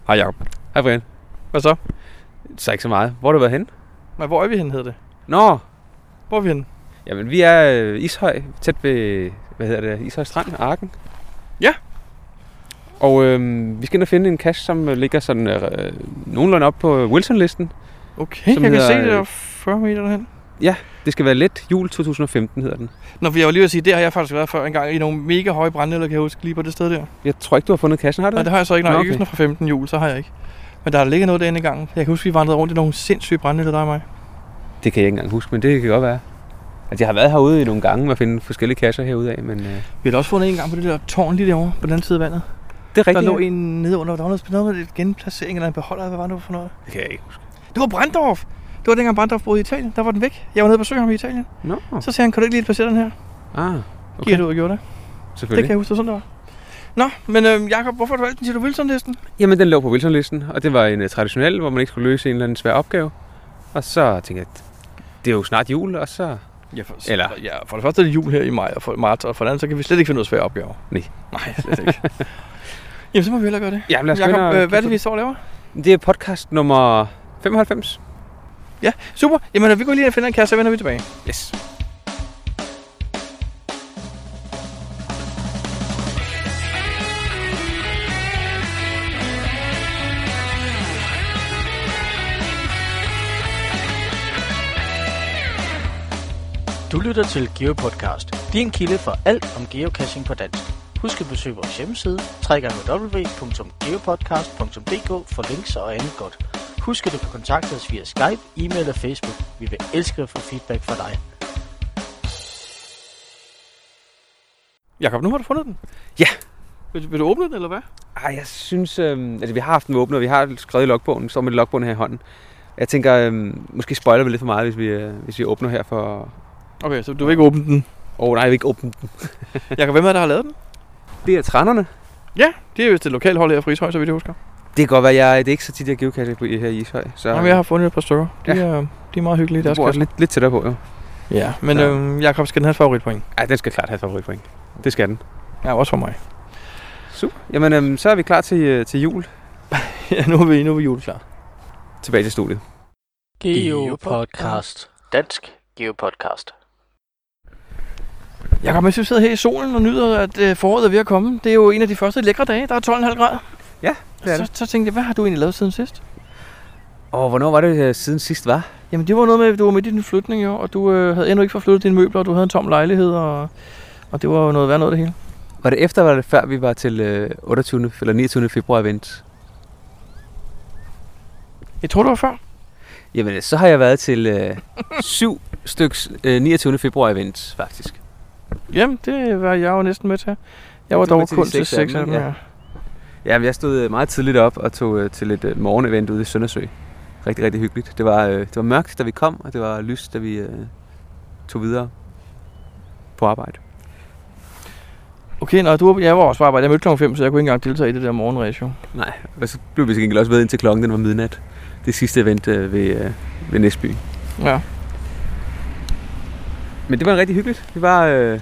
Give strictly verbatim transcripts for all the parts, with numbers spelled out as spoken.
Hej Jacob. Hej Brian. Hvad så? Så ikke så meget. Hvor har du været henne? Men hvor er vi henne, hedder det? Nå! Hvor er vi henne? Jamen, vi er øh, Ishøj, tæt ved, hvad hedder det, Ishøj Strand, Arken. Ja. Og øh, vi skal ind og finde en cache, som ligger sådan øh, nogenlunde op på Wilson-listen. Okay, som jeg hedder, kan se det er fyrre meter derhen. Ja, det skal være let. Jul to tusind og femten hedder den. Nå, for jeg var lige ved at sige, det har jeg faktisk været før en gang i nogle mega høje brændenælder, kan jeg huske, lige på det sted der. Jeg tror ikke, du har fundet cachen, har du? Nej, det har jeg så ikke. Nej, Nå, okay. Ikke fra femten jul, så har jeg ikke. Men der er ligget noget derinde i gangen. Jeg kan huske, vi vandrede rundt i nogle sindssyge brændenælder, der og mig. Det kan jeg ikke engang huske, men det kan godt være. Altså, jeg har været herude i nogle gange og finde forskellige cacher herude af, men... Øh... Vi har også fundet en gang på det der tårn lige derovre, på den anden side af vandet. Det er rigtigt. Der lå en nede under, der var noget, noget med et genplacering eller en beholder, hvad var det for noget? Det kan jeg ikke huske. Det var Branddorf! Det var dengang Branddorf boede i Italien, der var den væk. Jeg var nede og besøge ham i Italien. Nå. Så sagde han, kan du ikke lige placere den her? Ah, okay. Giver du og gjorde det? Selvfølgelig. Det kan jeg huske, det sådan der var. Nå, men øh, Jacob, hvorfor har du valgt den til Wilson-listen? Jamen, den lå på Wilson-listen, og det var en uh, traditionel, hvor man ikke skulle løse en eller anden svær opgave. Og så tænkte jeg, at det er jo snart jul, og så... Ja, for, Eller... ja, for det første er det jul her i maj, og for marts, og for det andet, så kan vi slet ikke finde noget svære opgaver. Nej. Nej, slet ikke. Jamen, så må vi hellere gøre det. Ja, lad os Jacob, og... øh, hvad er det, vi står og laver? Det er podcast nummer femoghalvfems. Ja, super. Jamen, vi går lige og finder en kasse, så vender vi tilbage. Yes. Du lytter til GeoPodcast, din kilde for alt om geocaching på dansk. Husk at besøge vores hjemmeside, w w w punktum geopodcast punktum d k for links og andet godt. Husk at du kan kontakte os via Skype, e-mail og Facebook. Vi vil elske at få feedback fra dig. Jakob, nu har du fundet den? Ja. Vil, vil du åbne den, eller hvad? Ej, jeg synes... Øh, altså, vi har haft den åbnet, og vi har skrevet i logbogen, så med logbogen her i hånden. Jeg tænker, øh, måske spoiler vi lidt for meget, hvis vi, øh, hvis vi åbner her for... Okay, så du vil ikke åbne den? Åh oh, nej, jeg vil ikke åbne den. Jakob, hvem er der har lavet den? Det er trænerne. Ja, det er vist et lokalhold her fra Ishøj, så vidt jeg husker. Det kan godt være, jeg, det er ikke så tit, jeg geocacher på her i Ishøj. Så... Jamen, jeg har fundet et par stykker. De, Ja. er, de er meget hyggelige. Det bor lidt, lidt tættere på, jo. Ja, men Så. øh, Jakob, skal den have favoritpoint? Ja, den skal klart have favoritpoint. Det skal den. Ja, også for mig. Super. Jamen, øh, så er vi klar til, til jul. Ja, nu er vi, nu er vi juleklar. Tilbage til studiet. GeoPodcast. Dansk GeoPodcast. Jakob, mens vi sidder her i solen og nyder, at øh, foråret er ved at komme. Det er jo en af de første lækre dage. Der er tolv komma fem grader. Ja, det er så, det. så tænkte jeg, hvad har du egentlig lavet siden sidst? Og hvornår var det øh, siden sidst var? Jamen, det var noget med, at du var midt i din flytning, jo, og du øh, havde endnu ikke forflyttet dine møbler, og du havde en tom lejlighed, og, og det var jo noget værd noget det hele. Var det efter, var det før, vi var til øh, otteogtyvende eller niogtyvende februar event? Jeg tror, det var før. Jamen, så har jeg været til øh, syv styks øh, niogtyvende februar event, faktisk. Jamen, det var jeg jo næsten med til. Jeg var Du var dog til kun de til seks af seks dem, af dem, ja. ja. Ja, men jeg stod meget tidligt op og tog øh, til et øh, morgenevent ude i Søndersø. Rigtig, rigtig hyggeligt. Det var, øh, det var mørkt, da vi kom, og det var lyst, da vi øh, tog videre på arbejde. Okay, nå, du, jeg var også på arbejde. Jeg mødte klokken fem, så jeg kunne ikke engang deltage i det der morgenrace. Nej, og så blev vi til gengæld også ved indtil klokken, den var midnat. Det sidste event øh, ved, øh, ved Næsby. Ja. Men det var rigtig hyggeligt. Vi var... Øh,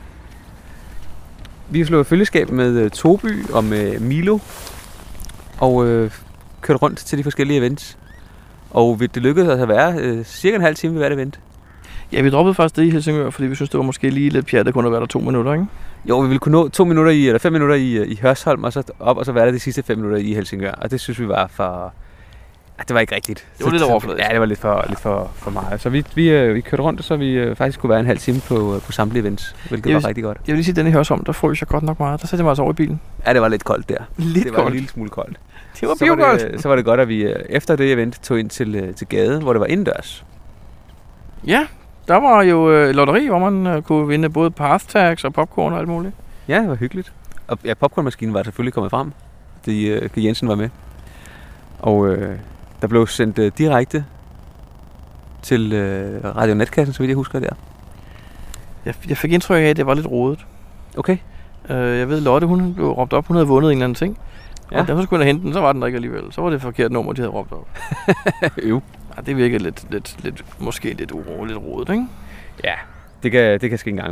vi slog følgeskab med øh, Toby og med Milo. Og øh, kørte rundt til de forskellige events. Og det lykkedes os at være øh, cirka en halv time ved hvert event. Ja, vi droppede faktisk det i Helsingør, fordi vi synes det var måske lige lidt pjat, kun at være der to minutter, ikke? Jo, vi ville kunne nå to minutter i, eller fem minutter i, i Hørsholm, og så op, og så være der de sidste fem minutter i Helsingør. Og det synes vi var for... Ja, det var ikke rigtigt. Det var så, lidt overfladisk. Ja, det var lidt for, lidt for, for meget. Så vi, vi, øh, vi kørte rundt, så vi øh, faktisk kunne være en halv time på, på samtlige events, hvilket Jeg var vil- rigtig godt. Jeg vil lige sige, at den i Hørsholm, der frøs jeg godt nok meget. Der satte jeg mig altså over i bilen. Ja, det var lidt koldt der. Lidt det var en lille smule koldt. Det var Så var biokoldt. det, så var det godt, at vi øh, efter det event tog ind til, øh, til gaden, hvor det var indendørs. Ja, der var jo øh, lotteri, hvor man øh, kunne vinde både path tags og popcorn og alt muligt. Ja, det var hyggeligt. Og ja, popcornmaskinen var selvfølgelig kommet frem. Det, øh, Jensen var med. Og øh, der blev sendt øh, direkte til øh, Radio Netkassen, så vidt jeg husker der. Jeg, jeg fik indtryk af, at det var lidt rodet. Okay. Øh, jeg ved, Lotte, hun blev råbt op, hun havde vundet en eller anden ting. Ja. Ja. Og da hun skulle hente den, så var den der ikke alligevel. Så var det et forkert nummer, de havde råbt op. Øv. Ja, det virkede lidt, lidt, lidt, måske lidt uro, lidt rodet, ikke? Ja, det kan, det kan ske en gang imellem.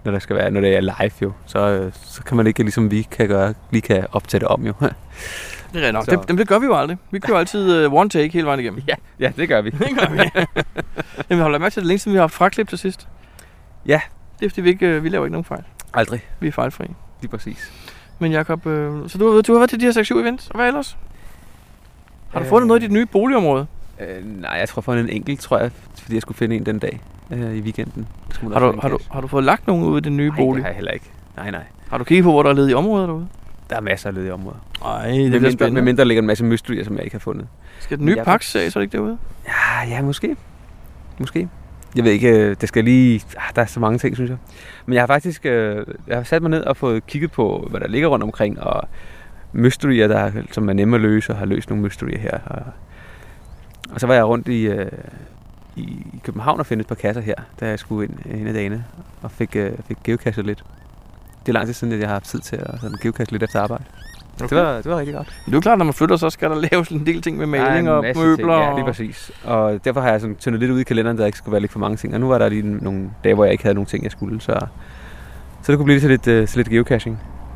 når der skal være, når det er live jo. Så, øh, så kan man ikke, ligesom vi kan gøre, lige kan optage det om jo. Det er nok. Det, det, det gør vi jo aldrig. Vi kører altid uh, one take hele vejen igennem. Ja, ja, det gør vi. Det gør vi. Men vi holder mærke til det længe, siden vi har haft fraklip til sidst. Ja. Det er fordi, vi, ikke, vi laver ikke nogen fejl. Aldrig. Vi er fejlfri. Lige præcis. Men Jacob, øh, så du har, du har været til de her seks syv events, og hvad ellers? Har du fundet øh, noget i dit nye boligområde? Øh, nej, jeg tror, jeg har fundet en enkelt, tror jeg, fordi jeg skulle finde en den dag øh, i weekenden. Har du, har, du, har du fået lagt nogen ud i den nye nej, bolig? Nej, det har jeg heller ikke. Nej, nej. Har du kigget på, hvor der er ledige områder derude? Der er masser af ledige områder. Nej, det er mindre, spændende. Med mindre ligger en masse mysterier, som jeg ikke har fundet. Skal den nye Pax sag så ikke derude? Ja, ja, måske. Måske. Jeg ved ikke, det skal lige... Ah, der er så mange ting, synes jeg. Men jeg har faktisk øh, jeg har sat mig ned og fået kigget på, hvad der ligger rundt omkring, og mysterier, der, som er nemme at løse, og har løst nogle mysterier her. Og, og så var jeg rundt i, øh, i København og finde et par kasser her, da jeg skulle ind en af dagene, og fik, øh, fik geocachet lidt. Det er lang tid siden, at jeg har haft tid til at sådan, geocache lidt efter arbejde. Okay. Det, var, det var rigtig godt. Det er jo klart, når man flytter, så skal der laves en del ting med maling og møbler. Ting, ja, lige præcis. Og derfor har jeg sådan tyndet lidt ud i kalenderen, der ikke skulle være lidt for mange ting. Og nu var der lige nogle dage, hvor jeg ikke havde nogen ting, jeg skulle. Så, så det kunne blive til lidt, uh, til lidt geocaching.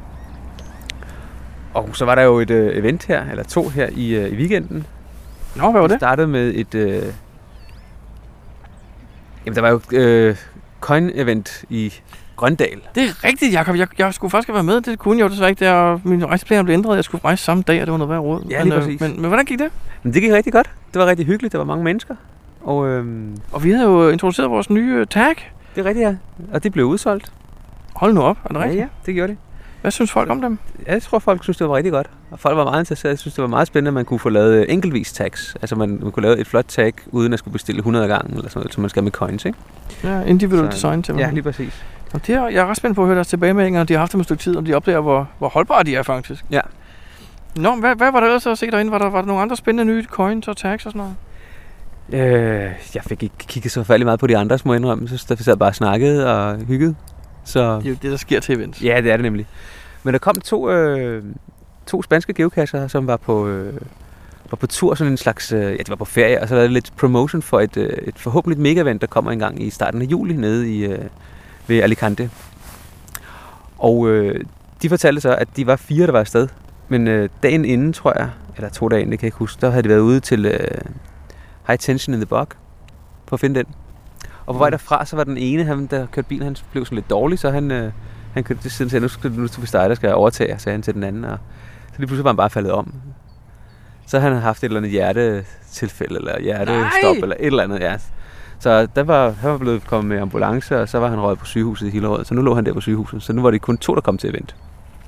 Og så var der jo et uh, event her, eller to her i, uh, i weekenden. Nå, hvad var det? Vi startede med et... Uh, jamen, der var jo et uh, coin-event i Grøndal. Det er rigtigt, Jacob. Jeg, jeg skulle faktisk have været med. Det kunne jeg jo desværre ikke. Der, min rejseplaner blev ændret. Jeg skulle rejse samme dag, og det var noget værd råd. Ja, men, lige præcis. Øh, men, men hvordan gik det? Men det gik rigtig godt. Det var rigtig hyggeligt. Der var mange mennesker. Og, øhm, og vi havde jo introduceret vores nye uh, tag. Det er rigtigt, ja. Og det blev udsolgt. Hold nu op. Er det rigtigt? Ja, ja, det gjorde det. Hvad synes folk om dem? Jeg tror, folk synes, det var rigtig godt. Og folk var meget interesserede. Jeg synes, det var meget spændende, at man kunne få lavet enkeltvis tags. Altså, man, man kunne lave et flot tag, uden at skulle bestille hundrede gange, eller sådan noget, som man skal med coins, ikke? Ja, individual design til mig. Ja, lige præcis. Og det er, jeg er ret spændt på at høre deres tilbagemeldinger, de har haft dem et stykke tid, og de opdager, hvor, hvor holdbare de er faktisk. Ja. Nå, hvad, hvad var der ellers at se derinde? Var der, var der nogle andre spændende nye coins og tags og sådan noget? Øh, jeg fik ikke kigget så forfærdeligt meget på de andre små indrømmelser, så der sad bare snakket og hygget. Så... Det er jo det, der sker til events. Ja, det er det nemlig. Men der kom to, øh, to spanske geocacher, som var på, øh, var på tur, sådan en slags, øh, ja, de var på ferie, og så var der lidt promotion for et, øh, et forhåbentlig mega-event, der kommer engang i starten af juli nede i, øh, ved Alicante. Og øh, de fortalte så, at de var fire, der var afsted. Men øh, dagen inden, tror jeg, eller to dage inden, det kan jeg ikke huske, der havde de været ude til øh, High Tension in the Bog, for at finde den. Og på vej derfra, så var den ene, han, der kørte bilen, han blev sådan lidt dårlig, så han, øh, han kørte til siden, så nu skal nu til dig, der skal overtage, sagde han til den anden. Og så lige pludselig var han bare faldet om. Så han havde haft et eller andet hjertetilfælde, eller hjertestop, Nej. eller et eller andet, ja. Så der var, han var blevet kommet med ambulance, og så var han røget på sygehuset i Hillerød. Så nu lå han der på sygehuset. Så nu var det kun to, der kom til event.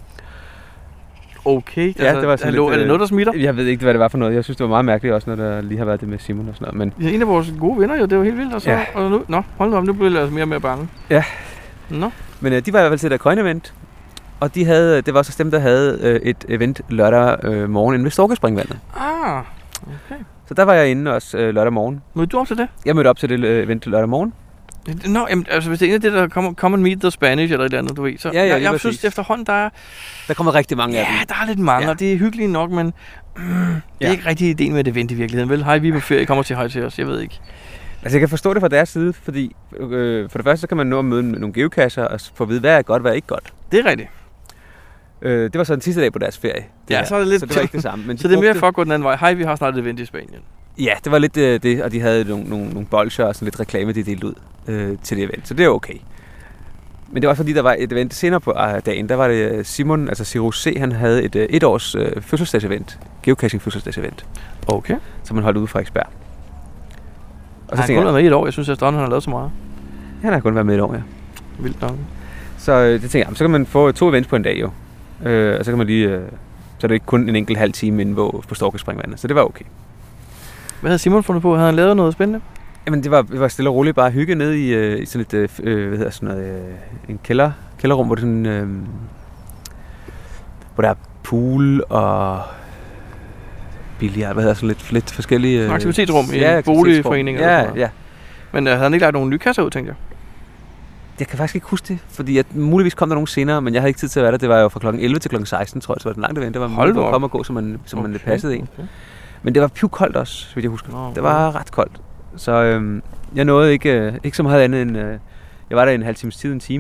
Okay, ja, altså, det var sådan hallo, lidt, er det noget, der smitter? Jeg ved ikke, hvad det var for noget. Jeg synes, det var meget mærkeligt også, når der lige har været det med Simon og sådan noget. Men... Ja, en af vores gode venner jo, det var helt vildt. Og så, ja. og nu, nå, hold nu om, nu bliver jeg altså mere og mere bange. Ja. Nå. Men øh, de var i hvert fald til der coin-event. Og de havde, det var også dem, der havde øh, et event lørdag øh, morgen inde ved Storkespringvandet. Ah, okay. Så der var jeg inde også øh, lørdag morgen. Mødte du op til det? Jeg mødte op til det øh, event lørdag morgen. Nå, jamen, altså hvis det er en af det, der kommer come and meet the Spanish eller et eller andet, du ved. Så ja, ja, jeg, jeg synes efterhånden, der er... Der kommer rigtig mange ja, af dem. Ja, der er lidt mange, ja. Og det er hyggeligt nok, men mm, det er ja. ikke rigtig ideen med et event i virkeligheden. Vel, hej, vi er på ferie, kommer til hej til os, jeg ved ikke. Altså jeg kan forstå det fra deres side, fordi øh, for det første så kan man nå at møde nogle geocacher og få at vide, hvad er godt, hvad er ikke godt. Det er rigtigt. Øh, det var så den sidste dag på deres ferie. Ja, så er det lidt... Så det var ikke det samme. Men så de det er mere brugte... for at gå den anden vej. Hej, vi har snart et event i Spanien. Ja, det var lidt øh, det, og de havde nogle, nogle, nogle bolcher og sådan lidt reklame, de delte ud øh, til det event, så det er okay. Men det var fordi, der var et event senere på øh, dagen, der var det Simon, altså Cirrus C, han havde et øh, et års øh, fødselsdagsevent, geocaching fødselsdagsevent. Okay. Som man holdt ude fra Frederiksberg. Og så han har kun været med i et år, jeg synes, at han har lavet så meget. Han har kun været med i et år, ja. Vildt nok. Så øh, det tænker jeg, så kan man få to events på en dag jo. Øh, og så kan man lige, øh, så er det ikke kun en enkelt halv time inde på, på Storkespringvandet, så det var okay. Hvad havde Simon fundet på? Havde han lavet noget spændende? Jamen det var, det var stille og roligt bare hygge nede i, øh, i sådan et, øh, hvad hedder sådan noget, øh, en kælder, kælderrum, hvor det sådan, øh, hvor der er pool og billiard, hvad hedder sådan lidt, lidt forskellige... Øh, aktivitetsrum i ja, en boligforening eller ja, sådan noget. Ja, Men øh, havde han ikke lagt nogle nye kasser ud, tænkte jeg? Jeg kan faktisk ikke huske det, fordi at, muligvis kom der nogle senere, men jeg havde ikke tid til at være der. Det var jo fra klokken elleve til klokken seksten, tror jeg, så var det en langt event. Det var muligt at komme og gå, som man, som okay, man passede en. Okay. Men det var pivkoldt også, hvis jeg husker. Oh, okay. Det var ret koldt. Så øhm, jeg nåede ikke, øh, ikke så meget andet end... Øh, jeg var der en halv times tid, en time.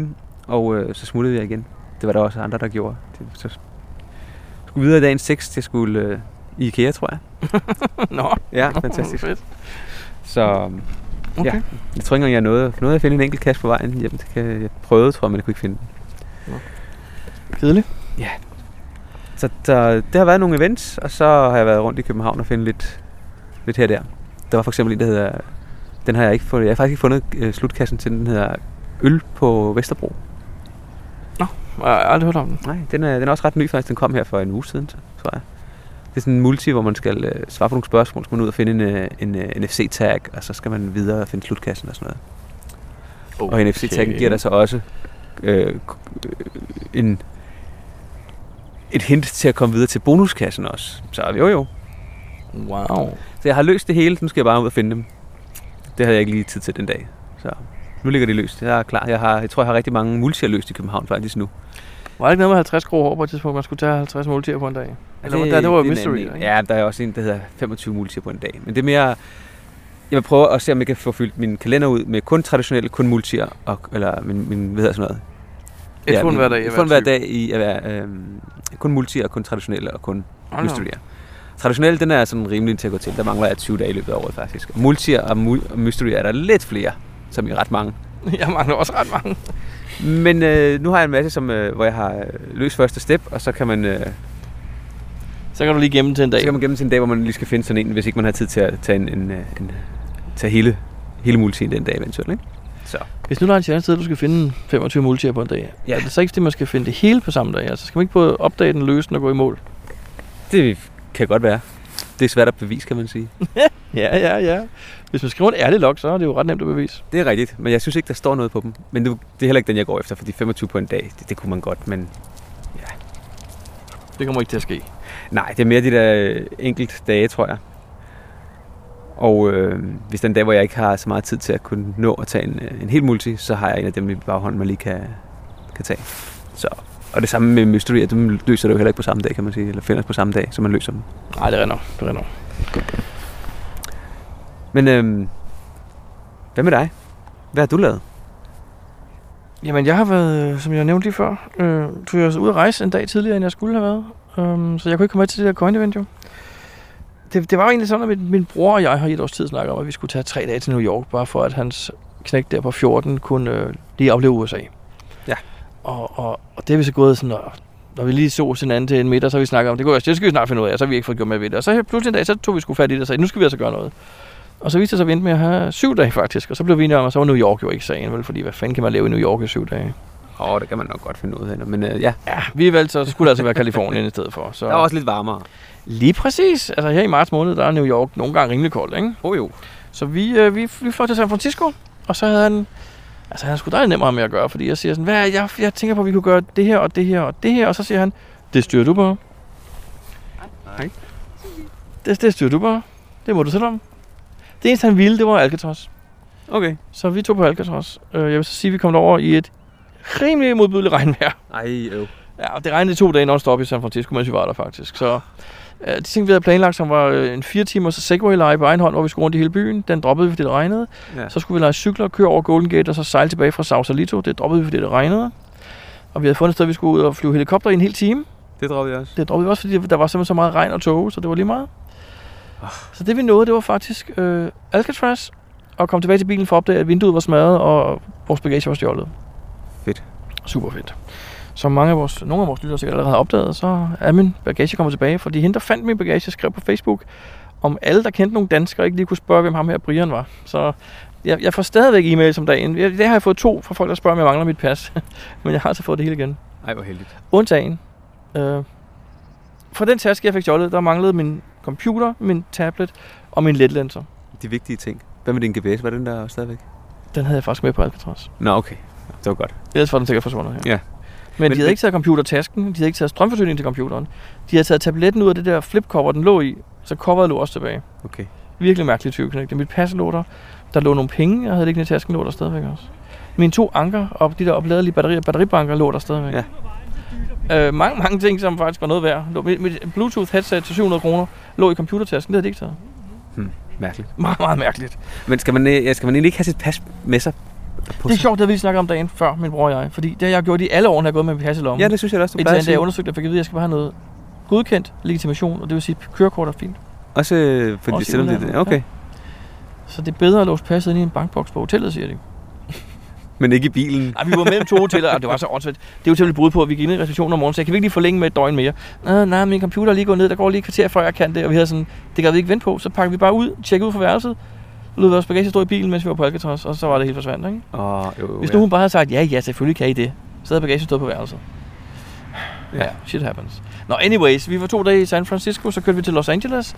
og øh, så smuttede jeg igen. Det var der også andre, der gjorde. Så skulle videre i dagens seks, jeg skulle øh, i IKEA, tror jeg. Nå. Ja, fantastisk. Fedt. Så Okay. ja, jeg tror ikke engang, jeg nåede, nåede at finde en enkelt kasse på vejen hjem. Det kan, jeg prøvede, tror jeg, men jeg kunne ikke finde den. Kedeligt. Ja. Så der, det har været nogle events, og så har jeg været rundt i København og finde lidt, lidt her og der. Der var for eksempel en, der hedder... Den har jeg ikke fundet. Jeg har faktisk ikke fundet øh, slutkassen til. Den hedder Øl på Vesterbro. Nå, jeg har aldrig hørt om den. Nej, den er, den er også ret ny faktisk. Den kom her for en uge siden, tror jeg. Det er sådan en multi, hvor man skal øh, svare på nogle spørgsmål. Så skal man ud og finde en, en, en, en N F C-tag, og så skal man videre og finde slutkassen og sådan noget. Okay. Og N F C-taggen giver der så også øh, en, et hint til at komme videre til bonuskassen også. Så jo jo. Wow. Så jeg har løst det hele, nu skal jeg bare ud og finde dem. Det havde jeg ikke lige tid til den dag. Så nu ligger det løst. Jeg er klar. Jeg, har, jeg tror, jeg har rigtig mange multier løst i København faktisk nu. Var det ikke noget med halvtreds kroner på et tidspunkt, man skulle tage halvtreds multier på en dag? Eller det, der, det var det mystery, ikke? Ja, der er også en, der hedder femogtyve multier på en dag. Men det er mere... Jeg vil prøve at se, om jeg kan få fyldt min kalender ud med kun traditionelle, kun multier, og, eller min, min, hvad hedder sådan noget? Et ja, fund hver dag? Et fund hver dag i at være øh, kun multier, og kun traditionelle, og kun oh, mysterier. Traditionelle, den er sådan rimelig til at gå til. Der mangler jeg tyve dage i løbet af året faktisk. Og multier og, mu- og mysterier er der lidt flere, som i ret mange. Jeg mangler også ret mange. Men øh, nu har jeg en masse, som, øh, hvor jeg har øh, løst første step, og så kan man... Øh, så kan du lige gemme til en dag. Så kan man gemme til en dag, hvor man lige skal finde sådan en, hvis ikke man har tid til at tage, en, en, en, tage hele, hele multien den dag eventuelt, ikke? Så. Hvis nu der er en chance, at du skal finde femogtyve multier på en dag, ja. Er det så ikke det, man skal finde det hele på samme dag? Altså skal man ikke både opdage den, løse den og gå i mål? Det kan godt være. Det er svært at bevise, kan man sige. ja, ja, ja. Hvis man skriver en ærlig log, så er det jo ret nemt at bevise. Det er rigtigt, men jeg synes ikke, der står noget på dem. Men det, det er heller ikke den, jeg går efter, fordi femogtyve på en dag, det, det kunne man godt, men ja. Det kommer ikke til at ske. Nej, det er mere de der enkelt dage, tror jeg. Og øh, hvis den dag, hvor jeg ikke har så meget tid til at kunne nå at tage en, en hel multi, så har jeg en af dem i baghånden, man lige kan, kan tage. Så. Og det samme med mystery, at dem løser du jo heller ikke på samme dag, kan man sige. Eller finder på samme dag, så man løser dem. Nej, det render. Det render. Men øh, hvad med dig? Hvad har du lavet? Jamen, jeg har været, som jeg nævnte lige før, øh, tog jeg ud at rejse en dag tidligere, end jeg skulle have været. Um, så jeg kunne ikke komme med til det der coin-event, jo. Det, det var jo egentlig sådan, at min, min bror og jeg har i et års tid snakket om, at vi skulle tage tre dage til New York, bare for at hans knægt der på fjorten kunne øh, lige opleve U S A. Ja. Og, og, og det har vi så gået sådan, og når vi lige så hinanden til en middag, så har vi snakket om, det, går, det skal vi snart finde ud af, så har vi ikke fået gjort med ved det. Og så pludselig en dag, så tog vi sgu fat i det og sagde, nu skal vi altså gøre noget. Og så viste det sig, at vi endte med at have syv dage faktisk, og så blev vi enige om, at så var New York jo ikke sagen, vel, fordi hvad fanden kan man lave i New York i syv dage? Åh, oh, det kan man nok godt finde ud af, men øh, ja. Ja, vi valgte så, så skulle det altså være Kalifornien i stedet for. Så. Der er også lidt varmere. Lige præcis. Altså her i marts måned, der er New York nogle gange rimelig koldt, ikke? Oh, jo. Så vi, øh, vi, vi fløj til San Francisco, og så havde han, altså han skulle da nemmere med at gøre, fordi jeg siger sådan, hvad, jeg, jeg tænker på, at vi kunne gøre det her og det her og det her, og så siger han, det styrer du bare. Nej. Det, det styrer du bare. Det må du selv om. Det eneste han ville, det var Alcatraz. Okay. Så vi tog på Alcatraz. Jeg vil så sige, at vi kom over i et rimelig modbydeligt regnvejr. Ej, øv. Ja, og det regnede i to dage non-stop i San Francisco, mens vi var der faktisk. Så uh, de ting, vi havde planlagt, som var uh, en fire timers Segway-leje på egen hånd, hvor vi skulle rundt i hele byen, den droppede vi, fordi det regnede. Ja. Så skulle vi lege cykler, køre over Golden Gate og så sejle tilbage fra Sausalito. Det droppede vi, fordi det regnede. Og vi havde fundet et sted, vi skulle ud og flyve helikopter i en hel time. Det droppede vi også. Det droppede vi også, fordi der var simpelthen så meget regn og tåge, så det var lige meget. Oh. Så det vi nåede, det var faktisk uh, Alcatraz, og kom tilbage til bilen for at opdage, at vinduet var smadret, og vores bagage var stjålet. Fedt. Super fedt. Som mange af vores, nogle af vores lyttere sikkert allerede har opdaget, så er min bagage kommet tilbage, fordi hende, der fandt min bagage, skrev på Facebook, om alle, der kendte nogle danskere, ikke lige kunne spørge, hvem ham her Brian var. Så jeg, jeg får stadigvæk e-mails om dagen. I dag har jeg fået to fra folk, der spørger, om jeg mangler mit pas. Men jeg har altså fået det hele igen. Ej, hvor heldigt. Undtagen. Øh, fra den taske, jeg fik stjålet, der manglede min computer, min tablet og min letlenser. De vigtige ting. Hvad med din G P S? Var den der stadigvæk? Den havde jeg faktisk med på Alcatraz. Nå, okay. Det var godt. Ellers var den sikkert forsvundet her. Ja. Men, men de havde ikke taget computertasken, de havde ikke taget strømforsyningen til computeren. De havde taget tabletten ud af det der flipcover, den lå i, så coveret lå også tilbage. Okay. Virkelig mærkeligt tyveknægt. Mit pas lå der. Der lå nogle penge, jeg havde det ikke i tasken, lå der stadigvæk også. Mine to anker og de der opladelige batterier, batteribanker lå der stadigvæk. Ja. Øh, mange, mange ting, som faktisk var noget værd. Mit, mit Bluetooth headset til syv hundrede kroner lå i computertasken, det havde de ikke taget. Hmm. Mærkeligt. Meget, meget mærkeligt. Men skal man, skal man egentlig ikke have sit pas med sig Det er sjovt, det har vi snakket om dagen før, min bror og jeg. Fordi det har jeg gjort i alle år, når jeg har gået med min pas i lommen. Ja, det synes jeg også, du Indtil plejer en at dag jeg sige. undersøgte, at jeg fik at vide, at jeg skal bare have noget godkendt legitimation, og det vil sige, at kørekort er fint. Også øh, fordi Også i selvom det udlandet, okay. ja. Så det er bedre at låse passet ind i en bankboks på hotellet, siger de. Men ikke i bilen. Ej, vi var mellem to hoteller, og det var så åndssvagt. Det er jo til at brude på, at vi gik ind i receptionen om morgenen, så jeg kan vi ikke lige forlænge med et døgn mere. Nej, nej, min computer er lige gået ned, der går lige et kvarter, før jeg kan det, og vi havde sådan, det kan vi ikke vente på. Så pakker vi bare ud, tjekker ud fra værelset, lod vores bagage stå i bilen, mens vi var på Alcatraz, og så var det helt forsvandt, ikke? Åh, jo, jo, Hvis ja. nu hun bare havde sagt, ja, ja, selvfølgelig kan I det, så havde bagagen stået på værelset. Ja, Ja. shit happens. Nå, anyways, vi var to dage i San Francisco, så kørte vi til Los Angeles,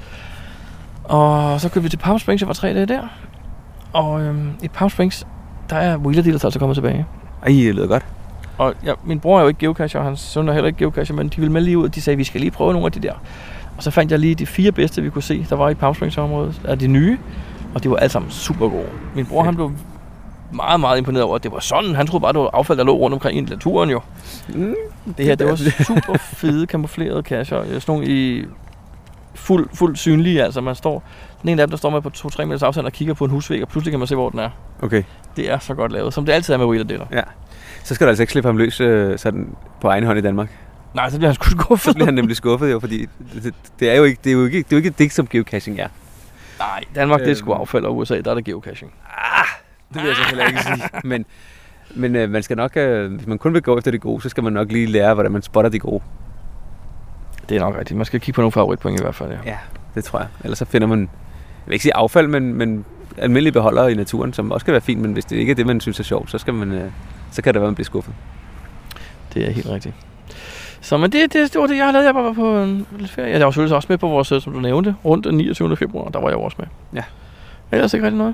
og så kørte vi til Palm Springs, jeg var tre dage der. Og øhm, i Palm Springs, der er Wheeler Dealers altså kommet tilbage. Ej, det lyder godt. Og ja, min bror er jo ikke geocacher, og hans søn er heller ikke geocacher, men de ville med lige ud, og de sagde, vi skal lige prøve nogle af de der. Og så fandt jeg lige de fire bedste, vi kunne se, der var i Palm Springs-området, af de nye, og de var alle sammen super gode. Min bror, han blev meget, meget imponeret over, at det var sådan. Han troede bare, det var affald, der lå rundt omkring i naturen jo. Mm, Det her, det var super fede, camouflerede cacher, sådan nogle i fuld, fuld synlige, altså man står, den ene af dem, der står med på to tre meters afstand og kigger på en husvæg, og pludselig kan man se, hvor den er. Okay. Det er så godt lavet, som det altid er med Wheeler Dealer. Ja. Så skal du altså ikke slippe ham løs øh, sådan på egen hånd i Danmark. Nej, så bliver han sgu skuffet. Så bliver han nemlig skuffet jo, fordi det, det er jo ikke det er jo ikke det er jo ikke det, som geocaching er. Nej, Danmark, det er sgu Øhm. affald, og U S A, der er det geocaching. Ah, det vil jeg så heller ikke sige. Men men øh, man skal nok øh, hvis man kun vil gå efter det gode, så skal man nok lige lære, hvordan man spotter de gode. Det er nok rigtigt. Man skal kigge på nogle favoritpoint i hvert fald, ja. Ja, det tror jeg. Ellers så finder man, jeg vil ikke sige affald, men, men almindelige beholdere i naturen, som også kan være fint, men hvis det ikke er det, man synes er sjovt, så, skal man, øh, så kan det være, man bliver skuffet. Det er helt rigtigt. Så men det, det, det var det, jeg har lavet. Jeg var på en lidt ferie. Jeg var selvfølgelig også med på vores, som du nævnte, rundt den niogtyvende februar. Der var jeg også med. Ja. Ellers ikke rigtig noget.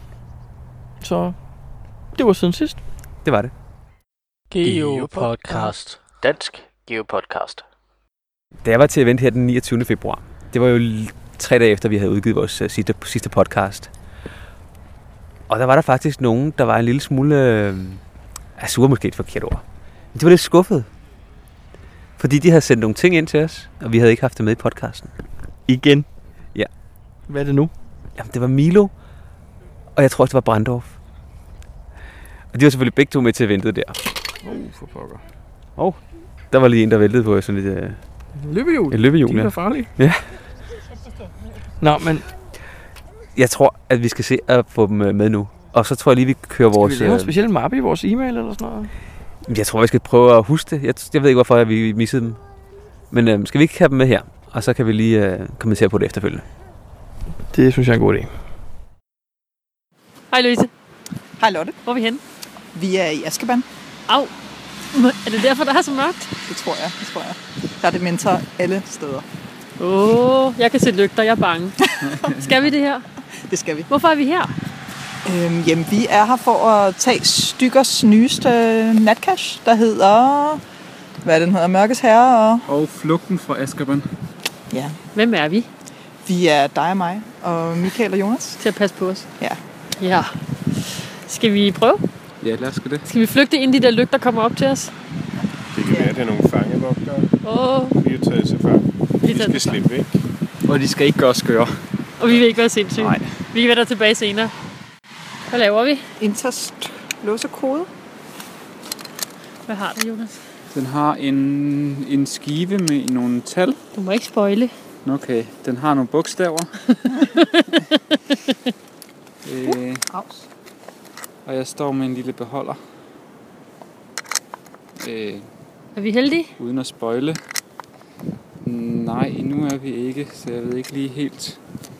Så det var siden sidst. Det var det. Geopodcast. Dansk Geopodcast. Da jeg var til event her den niogtyvende februar, det var jo l- tre dage efter, vi havde udgivet vores uh, sidste, sidste podcast. Og der var der faktisk nogen, der var en lille smule... Øh, er sur måske et forkert ord. Men de var lidt skuffede. Fordi de havde sendt nogle ting ind til os, og vi havde ikke haft det med i podcasten. Igen. Ja. Hvad er det nu? Jamen, det var Milo, og jeg tror også, det var Brandorf. Og de var selvfølgelig begge to med til eventet der. Åh, oh, for pokker. Og der var lige en, der væltede på sådan lidt... Øh, Løbehjul. et løbehjul, De er ja. farlige. Ja. Nå, men Jeg tror, at vi skal se at få dem øh, med nu. Og så tror jeg lige, vi kører skal vores... vi lave en øh, speciel mappe i vores e-mail eller sådan noget? Jeg tror, vi skal prøve at huske det. Jeg, jeg ved ikke, hvorfor vi missede dem. Men øh, skal vi ikke have dem med her? Og så kan vi lige øh, kommentere på det efterfølgende. Det synes jeg er en god idé. Hej Louise. Hej Lotte. Hvor er vi henne? Vi er i Azkaban. Au. Er det derfor, der er så mørkt? Det tror jeg, det tror jeg. Der er dementer alle steder. Åh, oh, jeg kan se lygter, jeg er bange. Skal vi det her? Det skal vi. Hvorfor er vi her? Øhm, jamen, vi er her for at tage Stykkers nyeste natcache, der hedder... Hvad den hedder? Mørkets Herre og... Og Flugten fra Azkaban. Ja. Hvem er vi? Vi er dig og mig, og Michael og Jonas. Til at passe på os. Ja. Ja. Skal vi prøve? Ja, lad os det. Skal vi flygte ind i de der lygter, der kommer op til os? Det kan være, at det er nogle fangevogtere. Åh, oh, Vi har taget sig før. vi De tager skal det. slippe væk. Og de skal ikke gøre skøre. Og vi vil ikke være sindssyge. Nej. Vi kan være der tilbage senere. Hvad laver vi? Interst låse kode. Hvad har du, Jonas? Den har en, en skive med nogle tal. Du må ikke spoile. Okay, den har nogle bogstaver. øh, Aus. og jeg står med en lille beholder. Øh, Er vi heldige? uden at spoile. Nej, nu er vi ikke, så jeg ved ikke lige helt.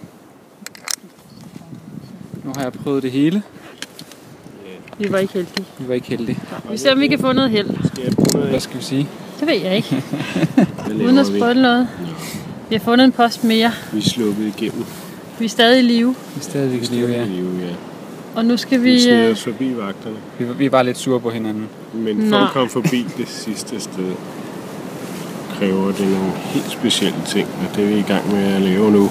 Nu har jeg prøvet det hele. Vi var ikke heldige. Vi var ikke heldige. Vi ser, om vi kan få noget held. Skal jeg bruge noget Hvad af? skal vi sige? Det ved jeg ikke. Hvad Uden laver at vi? spoile noget. Vi har fundet en post mere. Vi er sluppet igennem. Vi er stadig i live. Vi er stadigvæk i live, ja. Liv, ja. Og nu skal Vi vi... sniger Øh, os forbi vagterne. Vi, vi er bare lidt sure på hinanden. Men for Nå. at komme forbi det sidste sted, kræver det nogle helt specielle ting. Og det er vi i gang med at lave nu.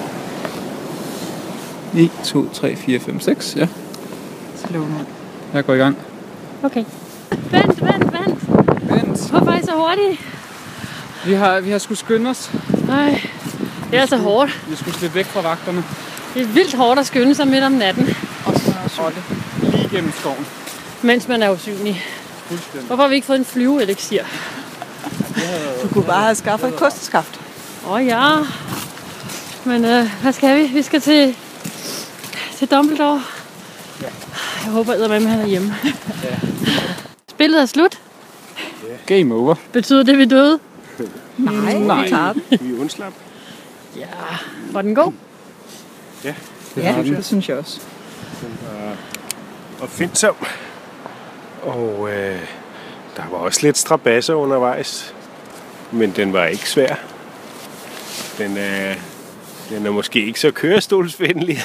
en, to, tre, fire, fem, seks, ja. Slå nu. Jeg går i gang. okay. Vent, vent, vent. Vent. Hvorfor er I så hurtige? Vi har, vi har skulle skynde os. Nej, det er altså hårdt. Vi skulle slippe væk fra vagterne. Det er vildt hårdt at skynde sig midt om natten. Og så noget Og lige gennem skoven. mens man er usynlig. Hvorfor har vi ikke fået en flyveeliksir? Du kunne bare have skaffet et kosteskaft. Åh oh, ja. Men øh, hvad skal vi? Vi skal til, til Dumbledore. Ja. Jeg håber, at han er hjemme. Ja. Spillet er slut. Game over. Betyder det, vi er døde? Nej, Nej. vi tager den. Vi er undslap. Ja. Var den god? Ja, Det Ja, har den. det synes jeg også. den var opfindsom. Og øh, der var også lidt strabasser undervejs. Men den var ikke svær. Den er, den er måske ikke så kørestolsvenlig.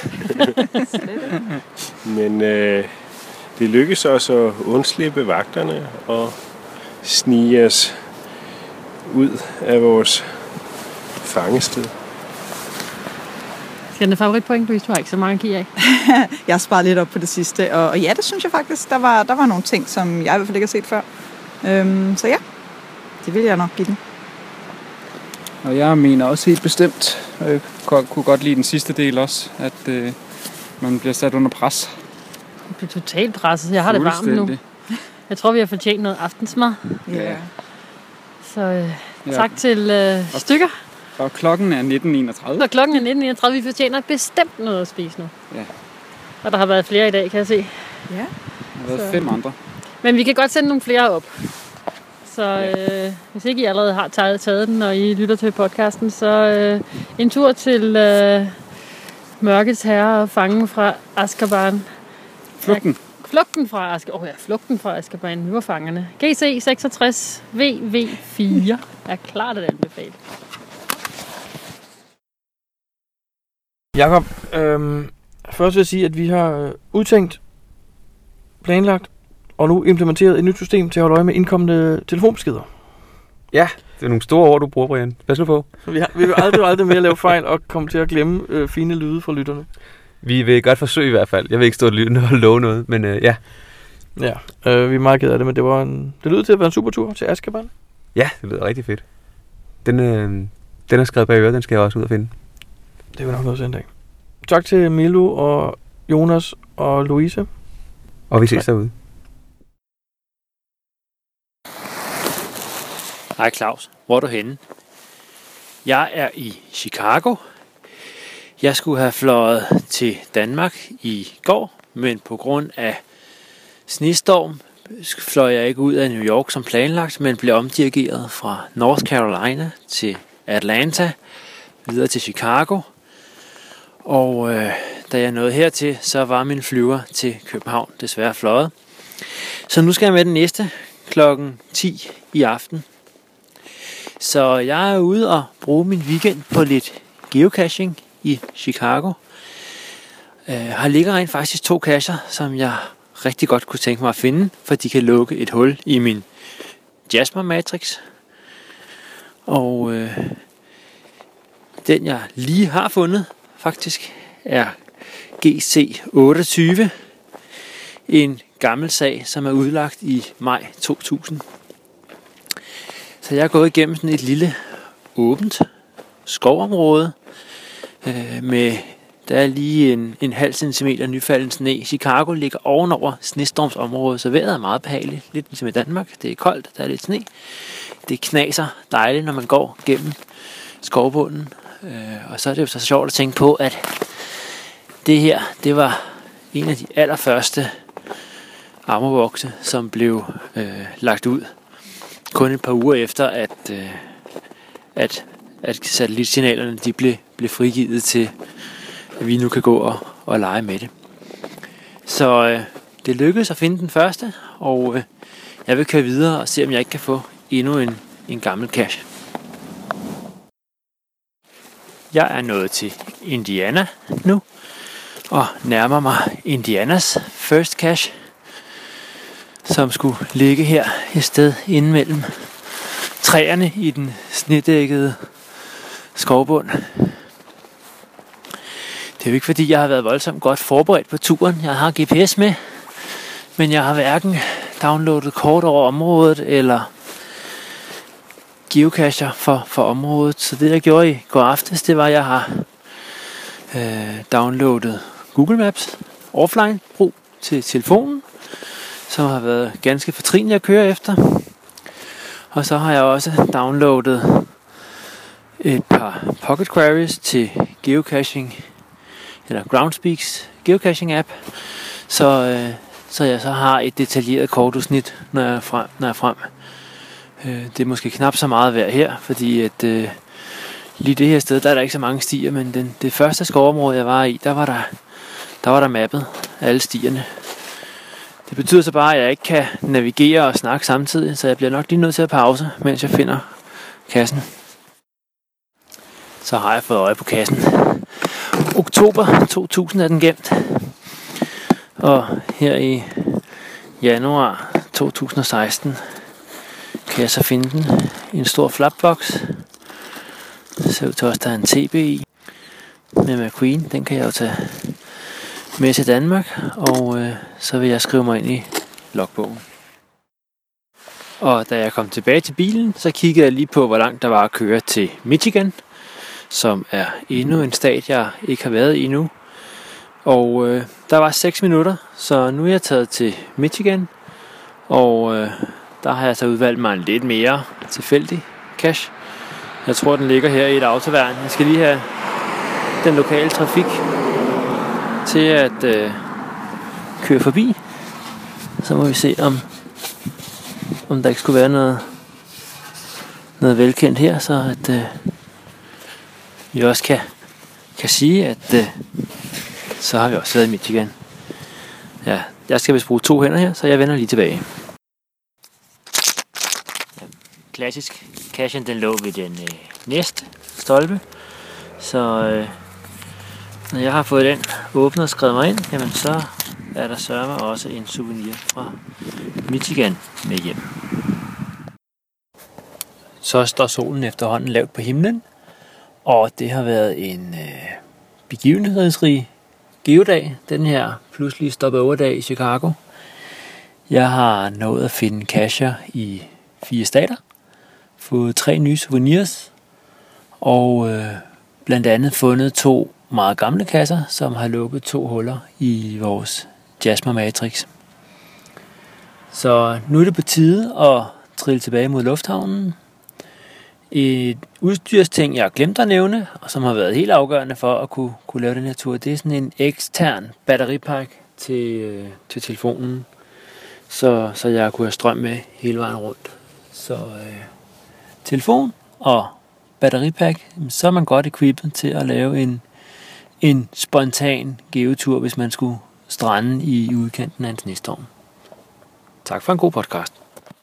Men øh, det lykkedes os at undslippe vagterne og snige os ud af vores fangested. Skal den have favoritpoint, Louise? Du har ikke så mange at give af. Jeg sparer lidt op på det sidste, og, og ja, det synes jeg faktisk, der var, der var nogle ting, som jeg i hvert fald ikke har set før. Øhm, så ja, det vil jeg nok give den. Og jeg mener også helt bestemt, og jeg kunne godt lide den sidste del også, at øh, man bliver sat under pres. Jeg bliver totalt presset. Jeg har det varmt nu. Fuldstændig. Jeg tror, vi har fortjent noget aftensmad. Ja. Så øh, Ja. tak til øh, stykker. Og klokken er nitten enogtredive. Og klokken er nitten enogtredive. Vi fortjener bestemt noget at spise nu. Ja. Og der har været flere i dag, kan jeg se. Ja. Der har været Så- fem andre. Men vi kan godt sende nogle flere op. Så øh, hvis ikke I allerede har taget, taget den, og I lytter til podcasten, så øh, en tur til øh, Mørkets Herre og fangen fra Azkaban. Flugten. Flugten fra Azkaban. Oh ja, flugten fra Azkaban. Vi var fangerne. G C seksogtres V V fire er klart at anbefale. Jakob, øhm, først vil jeg sige, at vi har øh, udtænkt, planlagt og nu implementeret et nyt system til at holde øje med indkommende telefonbeskeder. Ja, det er nogle store ord, du bruger, Brian. Pas nu på. Så vi, har, vi vil aldrig, aldrig mere lave fejl og komme til at glemme øh, fine lyde fra lytterne. Vi vil godt forsøge i hvert fald. Jeg vil ikke stå og lytte og love noget, men øh, ja. Ja, øh, vi er meget ked af det, men det var en, det lød til at være en super tur til Azkaban. Ja, det lyder rigtig fedt. Den, øh, den er skrevet bag øret, den skal jeg også ud og finde. Det var nok noget til en dag. Tak til Milo og Jonas og Louise. Og vi ses derude. Hej Claus, hvor er du henne? Jeg er i Chicago. Jeg skulle have fløjet til Danmark i går, men på grund af snestorm fløj jeg ikke ud af New York som planlagt, men blev omdirigeret fra North Carolina til Atlanta, videre til Chicago. Og øh, da jeg nåede hertil, så var min flyver til København desværre fløjet. Så nu skal jeg med den næste klokken ti i aften. Så jeg er ude og bruge min weekend på lidt geocaching i Chicago. Øh, her ligger rent faktisk to cacher, som jeg rigtig godt kunne tænke mig at finde, for de kan lukke et hul i min Jasper Matrix. Og øh, den jeg lige har fundet faktisk er G C otteogtyve. En gammel sag, som er udlagt i maj to tusind. Så jeg er gået igennem sådan et lille åbent skovområde øh, med der er lige en, en halv centimeter nyfalden sne. Chicago ligger ovenover snestormsområdet, så vejret er meget behageligt. Lidt ligesom i Danmark. Det er koldt, der er lidt sne. Det knaser dejligt, når man går gennem skovbunden. Øh, og så er det jo så sjovt at tænke på, at det her, det var en af de allerførste ammervokse, som blev øh, lagt ud. Kun et par uger efter, at, øh, at, at satellitsignalerne de blev, blev frigivet til, at vi nu kan gå og, og lege med det. Så øh, det lykkedes at finde den første, og øh, jeg vil køre videre og se, om jeg ikke kan få endnu en, en gammel cache. Jeg er nået til Indiana nu, og nærmer mig Indianas first cache, som skulle ligge her et sted inde mellem træerne i den snedækkede skovbund. Det er jo ikke fordi, jeg har været voldsomt godt forberedt på turen. Jeg har G P S med, men jeg har hverken downloadet kort over området eller geocacher for, for området. Så det jeg gjorde i går aftes, det var, at jeg har øh, downloadet Google Maps offline brug til telefonen. som har været ganske fortrinlig at køre efter. Og så har jeg også downloadet et par pocket queries til geocaching, eller Groundspeaks geocaching app, så, øh, så jeg så har et detaljeret kortudsnit, når jeg er frem. Når jeg er frem. Øh, det er måske knap så meget værd her, fordi at øh, lige det her sted, der er der ikke så mange stier, men den, det første skovområde, jeg var i, der var der, der var der mappet alle stierne. Det betyder så bare, at jeg ikke kan navigere og snakke samtidig, så jeg bliver nok lige nødt til at pause, mens jeg finder kassen. Så har jeg fået øje på kassen. Oktober to tusind er den gemt. Og her i januar to tusind og seksten kan jeg så finde den i en stor flapbox. Det ser ud til også, der er en T B i med McQueen. Den kan jeg jo tage med til Danmark, og øh, så vil jeg skrive mig ind i logbogen. Og da jeg kom tilbage til bilen, så kiggede jeg lige på, hvor langt der var at køre til Michigan, som er endnu en stat, jeg ikke har været i endnu. Og øh, der var seks minutter, så nu er jeg taget til Michigan, og øh, der har jeg så udvalgt mig en lidt mere tilfældig cache. Jeg tror, den ligger her i et autoværn. Jeg skal lige have den lokale trafik til at øh, køre forbi. Så må vi se, om, om der ikke skulle være noget, noget velkendt her, så at øh, vi også kan, kan sige, at øh, så har vi også været i Michigan. Ja, jeg skal vist bruge to hænder her, så jeg vender lige tilbage. Ja, klassisk. Cachen, den lå ved den øh, næste stolpe. Så øh, når jeg har fået den åbnet og skrevet mig ind, jamen så er der sørme også en souvenir fra Michigan med hjem. Så står solen efterhånden lavt på himlen, og det har været en øh, begivenhedsrig geodag, den her pludselige stopover-dag i Chicago. Jeg har nået at finde cacher i fire stater, fået tre nye souvenirs, og øh, blandt andet fundet to meget gamle kasser, som har lukket to huller i vores Jasper Matrix. Så nu er det på tide at trille tilbage mod lufthavnen. Et udstyrsting, jeg har glemt at nævne, og som har været helt afgørende for at kunne, kunne lave den her tur, det er sådan en ekstern batteripack til, øh, til telefonen, så, så jeg kunne have strøm med hele vejen rundt. Så øh, telefon og batteripack, så er man godt equippet til at lave en, en spontan geotur, hvis man skulle strande i udkanten af en snestorm. Tak for en god podcast.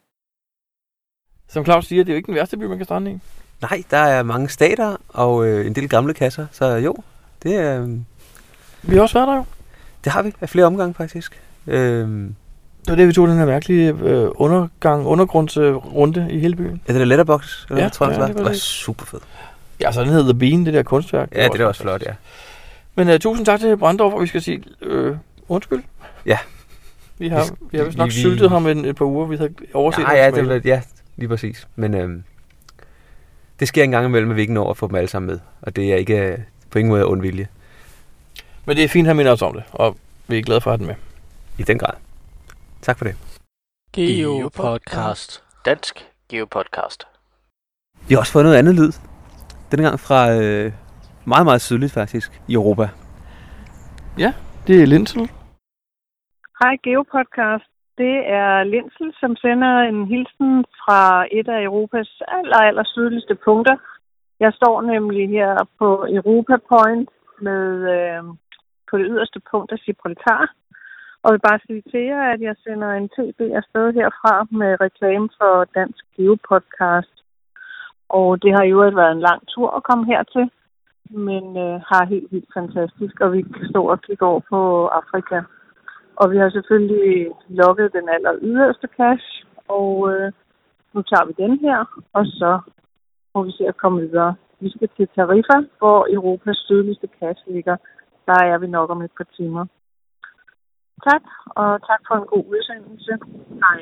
Som Claus siger, det er jo ikke den værste by, man kan strande i. Nej, der er mange stater og øh, en del gamle kasser, så jo, det er... Øh, Vi har også været der jo. Det har vi, af flere omgange faktisk. Øh, det var det, vi tog den her mærkelige øh, undergang, undergrundsrunde øh, i hele byen. Ja, det er Letterbox, eller ja, hvad, tror jeg, ja, det var. det Det var var super fedt. Ja, så den hedder The Bean, det der kunstværk. Ja, det, det er også flot, ja. Men uh, tusind tak til Brandorf, og vi skal sige øh, undskyld. Ja. Vi har, vi har vist nok vi, vi... syltet ham et, et par uger, vi havde overset. Ja, ja, det var, ja, lige præcis. Men øhm, det sker en gang imellem, at vi ikke når at få dem alle sammen med. Og det er ikke på ingen måde ondvilje. Men det er fint, at han minder os om det, og vi er glade for at have den med. I den grad. Tak for det. Geopodcast. Dansk Geopodcast. Vi har også fået noget andet lyd. Denne gang fra øh, meget, meget sydligt faktisk, i Europa. Ja, det er Lindsel. Hej Geopodcast. Det er Lindsel, som sender en hilsen fra et af Europas aller, aller sydligste punkter. Jeg står nemlig her på Europa Point med, øh, på det yderste punkt af Gibraltar. Og vil bare sige til jer, at jeg sender en T B afsted herfra med reklame for Dansk Geopodcast. Og det har jo været en lang tur at komme hertil, men øh, har helt vildt fantastisk, og vi kan stå og kigge over på Afrika. Og vi har selvfølgelig lukket den aller yderste cache, og øh, nu tager vi den her, og så må vi se at komme videre. Vi skal til Tarifa, hvor Europas sydligste cache ligger. Der er vi nok om et par timer. Tak, og tak for en god udsendelse. Hej.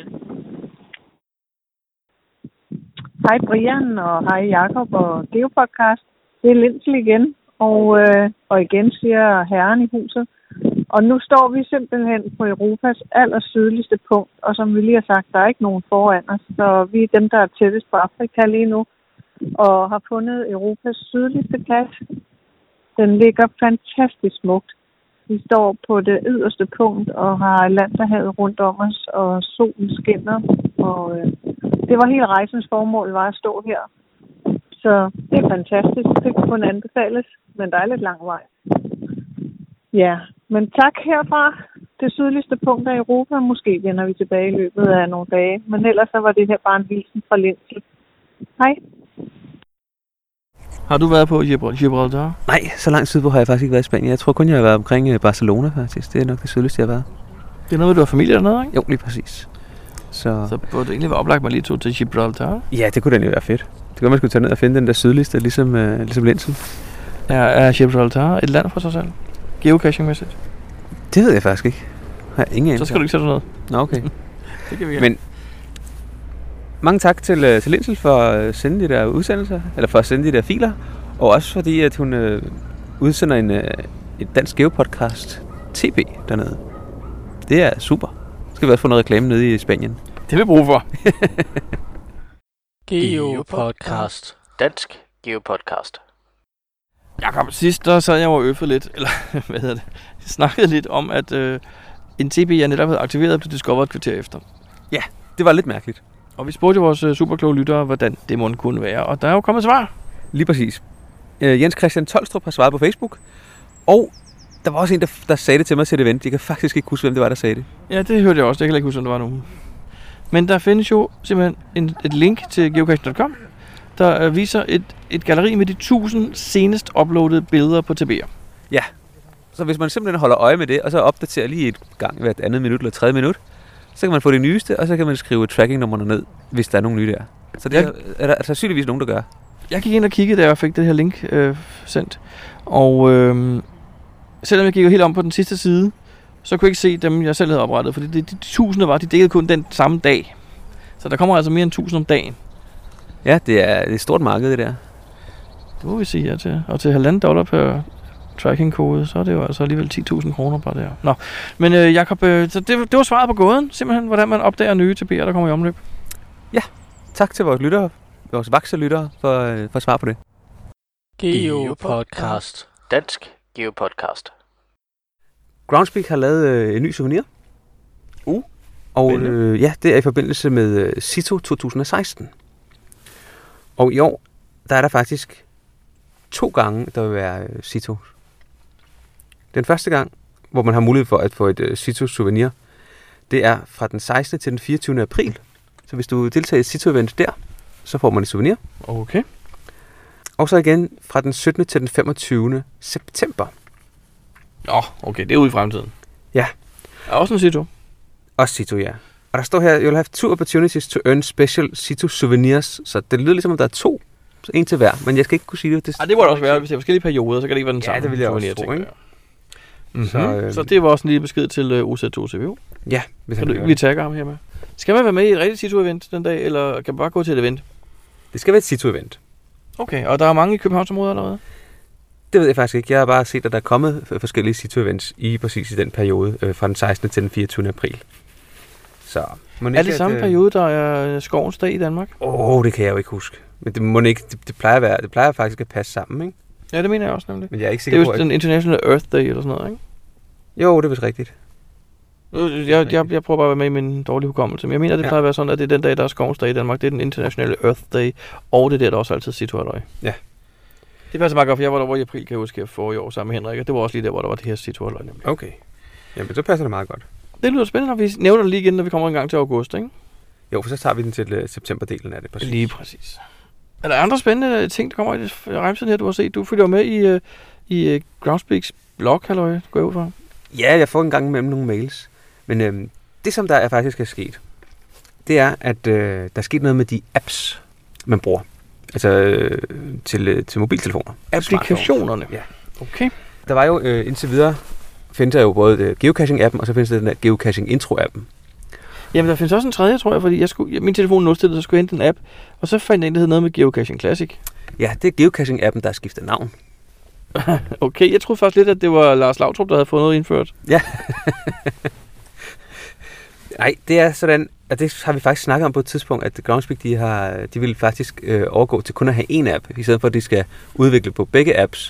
Hej Brian, og hej Jakob og Geopodcast. Det er Lindsel igen, og, øh, og igen siger herren i huset, og nu står vi simpelthen på Europas allersydligste punkt, og som vi lige har sagt, der er ikke nogen foran os, så vi er dem, der er tættest på Afrika lige nu, og har fundet Europas sydligste plads. Den ligger fantastisk smukt. Vi står på det yderste punkt og har Atlanterhavet rundt om os, og solen skinner, og øh, det var hele rejsens formål, var at stå her. Så det er fantastisk. Det kan kun anbefales, men der er lidt lang vej. Ja, men tak herfra. Det sydligste punkt af Europa. Måske vender vi tilbage i løbet af nogle dage. Men ellers så var det her bare en hilsen fra Lindsel. Hej. Har du været på Gibraltar? Nej, så langt sydpå har jeg faktisk ikke været i Spanien. Jeg tror kun, jeg har været omkring Barcelona faktisk. Det er nok det sydligste, jeg har været. Det er noget med, du har familie dernede, ikke? Jo, lige præcis. Så, så burde det egentlig være oplagt, at man lige tog til Gibraltar? Ja, det kunne da egentlig være fedt. Det kunne man skulle tage ned og finde den der sydligste, ligesom, uh, ligesom Lindsel. Er, er Gibraltar et land for sig selv? Geocaching-mæssigt? Det ved jeg faktisk ikke. Jeg har ingen Så skal du ikke sætte noget. Nå, okay. Det kan vi Men mange tak til, til Lindsel for at sende de der udsendelser, eller for at sende de der filer, og også fordi, at hun øh, udsender en, øh, et dansk geopodcast, T B, dernede. Det er super. Så skal vi også få noget reklame nede i Spanien. Det vil vi bruge for. Geopodcast. Dansk Geopodcast. Jakob, sidst der sad jeg og øffede lidt, eller hvad hedder det, snakkede lidt om, at øh, en T B jeg netop havde aktiveret blev discovered et kvarter efter. Ja, det var lidt mærkeligt. Og vi spurgte vores øh, superkloge lyttere, hvordan det måtte kunne være, og der er jo kommet svar. Lige præcis. Øh, Jens Christian Tolstrup har svaret på Facebook, og der var også en, der, der sagde det til mig til et event. Jeg kan faktisk ikke huske, hvem det var, der sagde det. Ja, det hørte jeg også. Jeg kan ikke huske, hvem det var nu. Men der findes jo simpelthen en, et link til geocaching punktum com, der øh, viser et, et galleri med de tusind senest uploadede billeder på T B'er. Ja, så hvis man simpelthen holder øje med det, og så opdaterer lige et gang hvert andet minut eller tredje minut, så kan man få det nyeste, og så kan man skrive tracking-nummerne ned, hvis der er nogle nye der. Så det jeg, er, er der er sandsynligvis nogen, der gør. Jeg gik ind og kiggede, da jeg fik det her link øh, sendt. Og øh, selvom jeg gik helt om på den sidste side, så kunne jeg ikke se dem, jeg selv havde oprettet. For de, de, de tusinde var, de dækkede kun den samme dag. Så der kommer altså mere end tusind om dagen. Ja, det er, det er et stort marked, det der. Det må vi sige ja til. Og til halvanden dollar per tracking-kode, så er det jo altså alligevel ti tusind kroner bare der. Nå, men øh, Jakob, øh, så det, det var svaret på gåden, simpelthen, hvordan man opdager nye T B'er, der kommer i omløb. Ja, tak til vores lyttere, vores vakse lyttere, for, øh, for at svare på det. Geopodcast. Dansk Geopodcast. Groundspeak har lavet øh, en ny souvenir. Uh, og øh, ja, det er i forbindelse med øh, Cito to tusind og seksten. Og i år, der er der faktisk to gange, der vil være øh, Cito. Den første gang, hvor man har mulighed for at få et øh, Cito-souvenir, det er fra den sekstende til den fireogtyvende april. Så hvis du deltager i et Cito-event der, så får man et souvenir. Okay. Og så igen fra den syttende til den femogtyvende september. Nå, okay, det er ude i fremtiden. Ja. Er også en Cito? Også Cito, ja. Og der står her, you'll have two opportunities to earn special Cito souvenirs. Så det lyder ligesom, om der er to. Så en til hver, men jeg skal ikke kunne sige det. Det, Ej, det må det også være, hvis det er forskellige perioder, så kan det ikke være den samme. Ja, det vil jeg souvenir, også tro, ikke? Mm-hmm. Så, øh... så det var også en lille besked til uh, U Z to C V O. Ja, hvis kan du, vi tagger ham her med. Skal man være med i et rigtigt Cito-event den dag, eller kan man bare gå til et event? Det skal være et Cito-event. Okay, og der er mange i Københavnsområdet eller hvad? Det ved jeg faktisk ikke. Jeg har bare set, at der er kommet forskellige Cito-events i præcis i den periode, øh, fra den sekstende til den fireogtyvende april. Så, må er det at, samme øh... periode, der er skovens dag i Danmark? Åh, oh, det kan jeg jo ikke huske. Men det må ikke. Det, det plejer at være. Det plejer faktisk at passe sammen, ikke? Ja, det mener jeg også nemlig. Men jeg er ikke sikker det er på, jo den International Earth Day eller sådan noget, ikke? Jo, det er vist rigtigt. Jeg, jeg, jeg prøver bare at være med i min dårlige hukommelse. Men jeg mener, det plejer ja. at være sådan, at det er den dag, der er skovens dag i Danmark. Det er den International Earth Day. Og det er der, der også altid Cito-halløj. Ja. Det passer meget godt, for jeg var der hvor i april, kan jeg huske, for i år sammen med Henrik. Og det var også lige der, hvor der var det her Cito-halløj nemlig. Okay. Jamen, så passer det meget godt. Det lyder spændende, og vi nævner det lige igen, når vi kommer en gang til august, ikke? Jo, for så tager vi den til uh, septemberdelen af det. Præcis. Lige præcis. Er der andre spændende ting, der kommer i remsiden her, du har set? Du følger med i, uh, i uh, Groundspeaks blog, halløj, går jeg ud fra? Ja, jeg får en gang imellem nogle mails. Men øhm, det, som der er faktisk er sket, det er, at øh, der er sket noget med de apps, man bruger. Altså øh, til, øh, til mobiltelefoner. Applikationerne? Ja. Okay. Der var jo øh, indtil videre, findes der jo både øh, geocaching-appen, og så findes der den der geocaching-intro-appen. Jamen, der findes også en tredje, tror jeg, fordi jeg skulle, min telefon nulstillede, så skulle jeg hente en app, og så fandt jeg en, der hed noget med Geocaching Classic. Ja, det er geocaching-appen, der har skiftet navn. Okay, jeg troede faktisk lidt, at det var Lars Lautrup, der havde fået noget indført. Ja. Nej, det er sådan, og det har vi faktisk snakket om på et tidspunkt, at Groundspeak, de, har, de vil faktisk øh, overgå til kun at have én app, i stedet for at de skal udvikle på begge apps.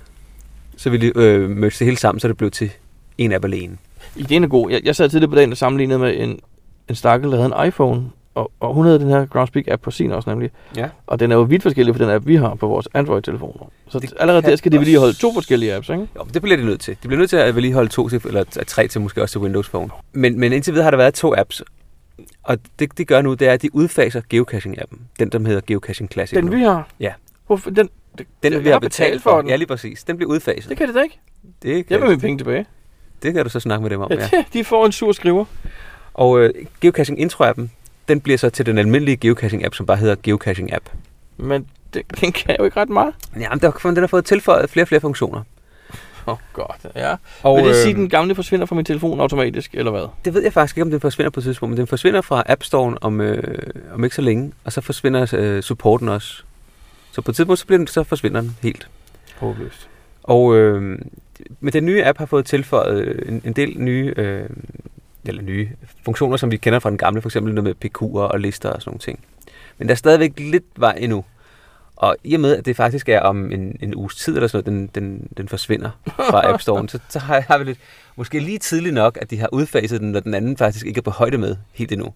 Så vil de øh, merge det hele sammen, så det blev til én app alene. Ideen er god. Jeg, jeg sad tidligere på dagen og sammenlignede med en, en stakkel, der havde en iPhone, og, og hun havde den her Groundspeak-app på sin også nemlig. Ja. Og den er jo vidt forskellig fra den app, vi har på vores Android-telefoner. Så det allerede der skal de vedligeholde to forskellige apps, ikke? Jo, det bliver de nødt til. De bliver nødt til at vedligeholde to til, eller tre til måske også til Windows Phone. Men, men indtil videre har der været to apps, og det de gør nu, det er, at de udfaser geocaching-appen. Den, der hedder Geocaching Classic. Den nu. vi har? Ja. Hvorfor? Den, det, den vi har betalt for. Den. Ja, lige præcis. Den bliver udfaset. Det kan det da ikke. Det jeg vil mine penge tilbage. Det kan du så snakke med dem om, ja. ja. De får en sur skriver. Og øh, Geocaching Intro-appen, den bliver så til den almindelige geocaching-app, som bare hedder Geocaching App. Men det, den kan jo ikke ret meget. Jamen, der, den har fået tilføjet flere og flere funktioner. Åh, oh, godt, ja. Og, vil det sige, øh, at den gamle forsvinder fra min telefon automatisk, eller hvad? Det ved jeg faktisk ikke, om den forsvinder på et tidspunkt, men den forsvinder fra App Store'en om, øh, om ikke så længe, og så forsvinder øh, supporten også. Så på et tidspunkt, så, bliver den, så forsvinder den helt. Håbløst. Og øh, med den nye app har fået tilføjet en, en del nye, øh, eller nye funktioner, som vi kender fra den gamle, for eksempel noget med P Q'er og lister og sådan nogle ting. Men der er stadigvæk lidt vej endnu. Og i og med, at det faktisk er om en, en uges tid eller sådan noget, den, den, den forsvinder fra App Store'en, så, så har, har vi lidt, måske lige tidligt nok, at de har udfaset den, når den anden faktisk ikke er på højde med helt endnu.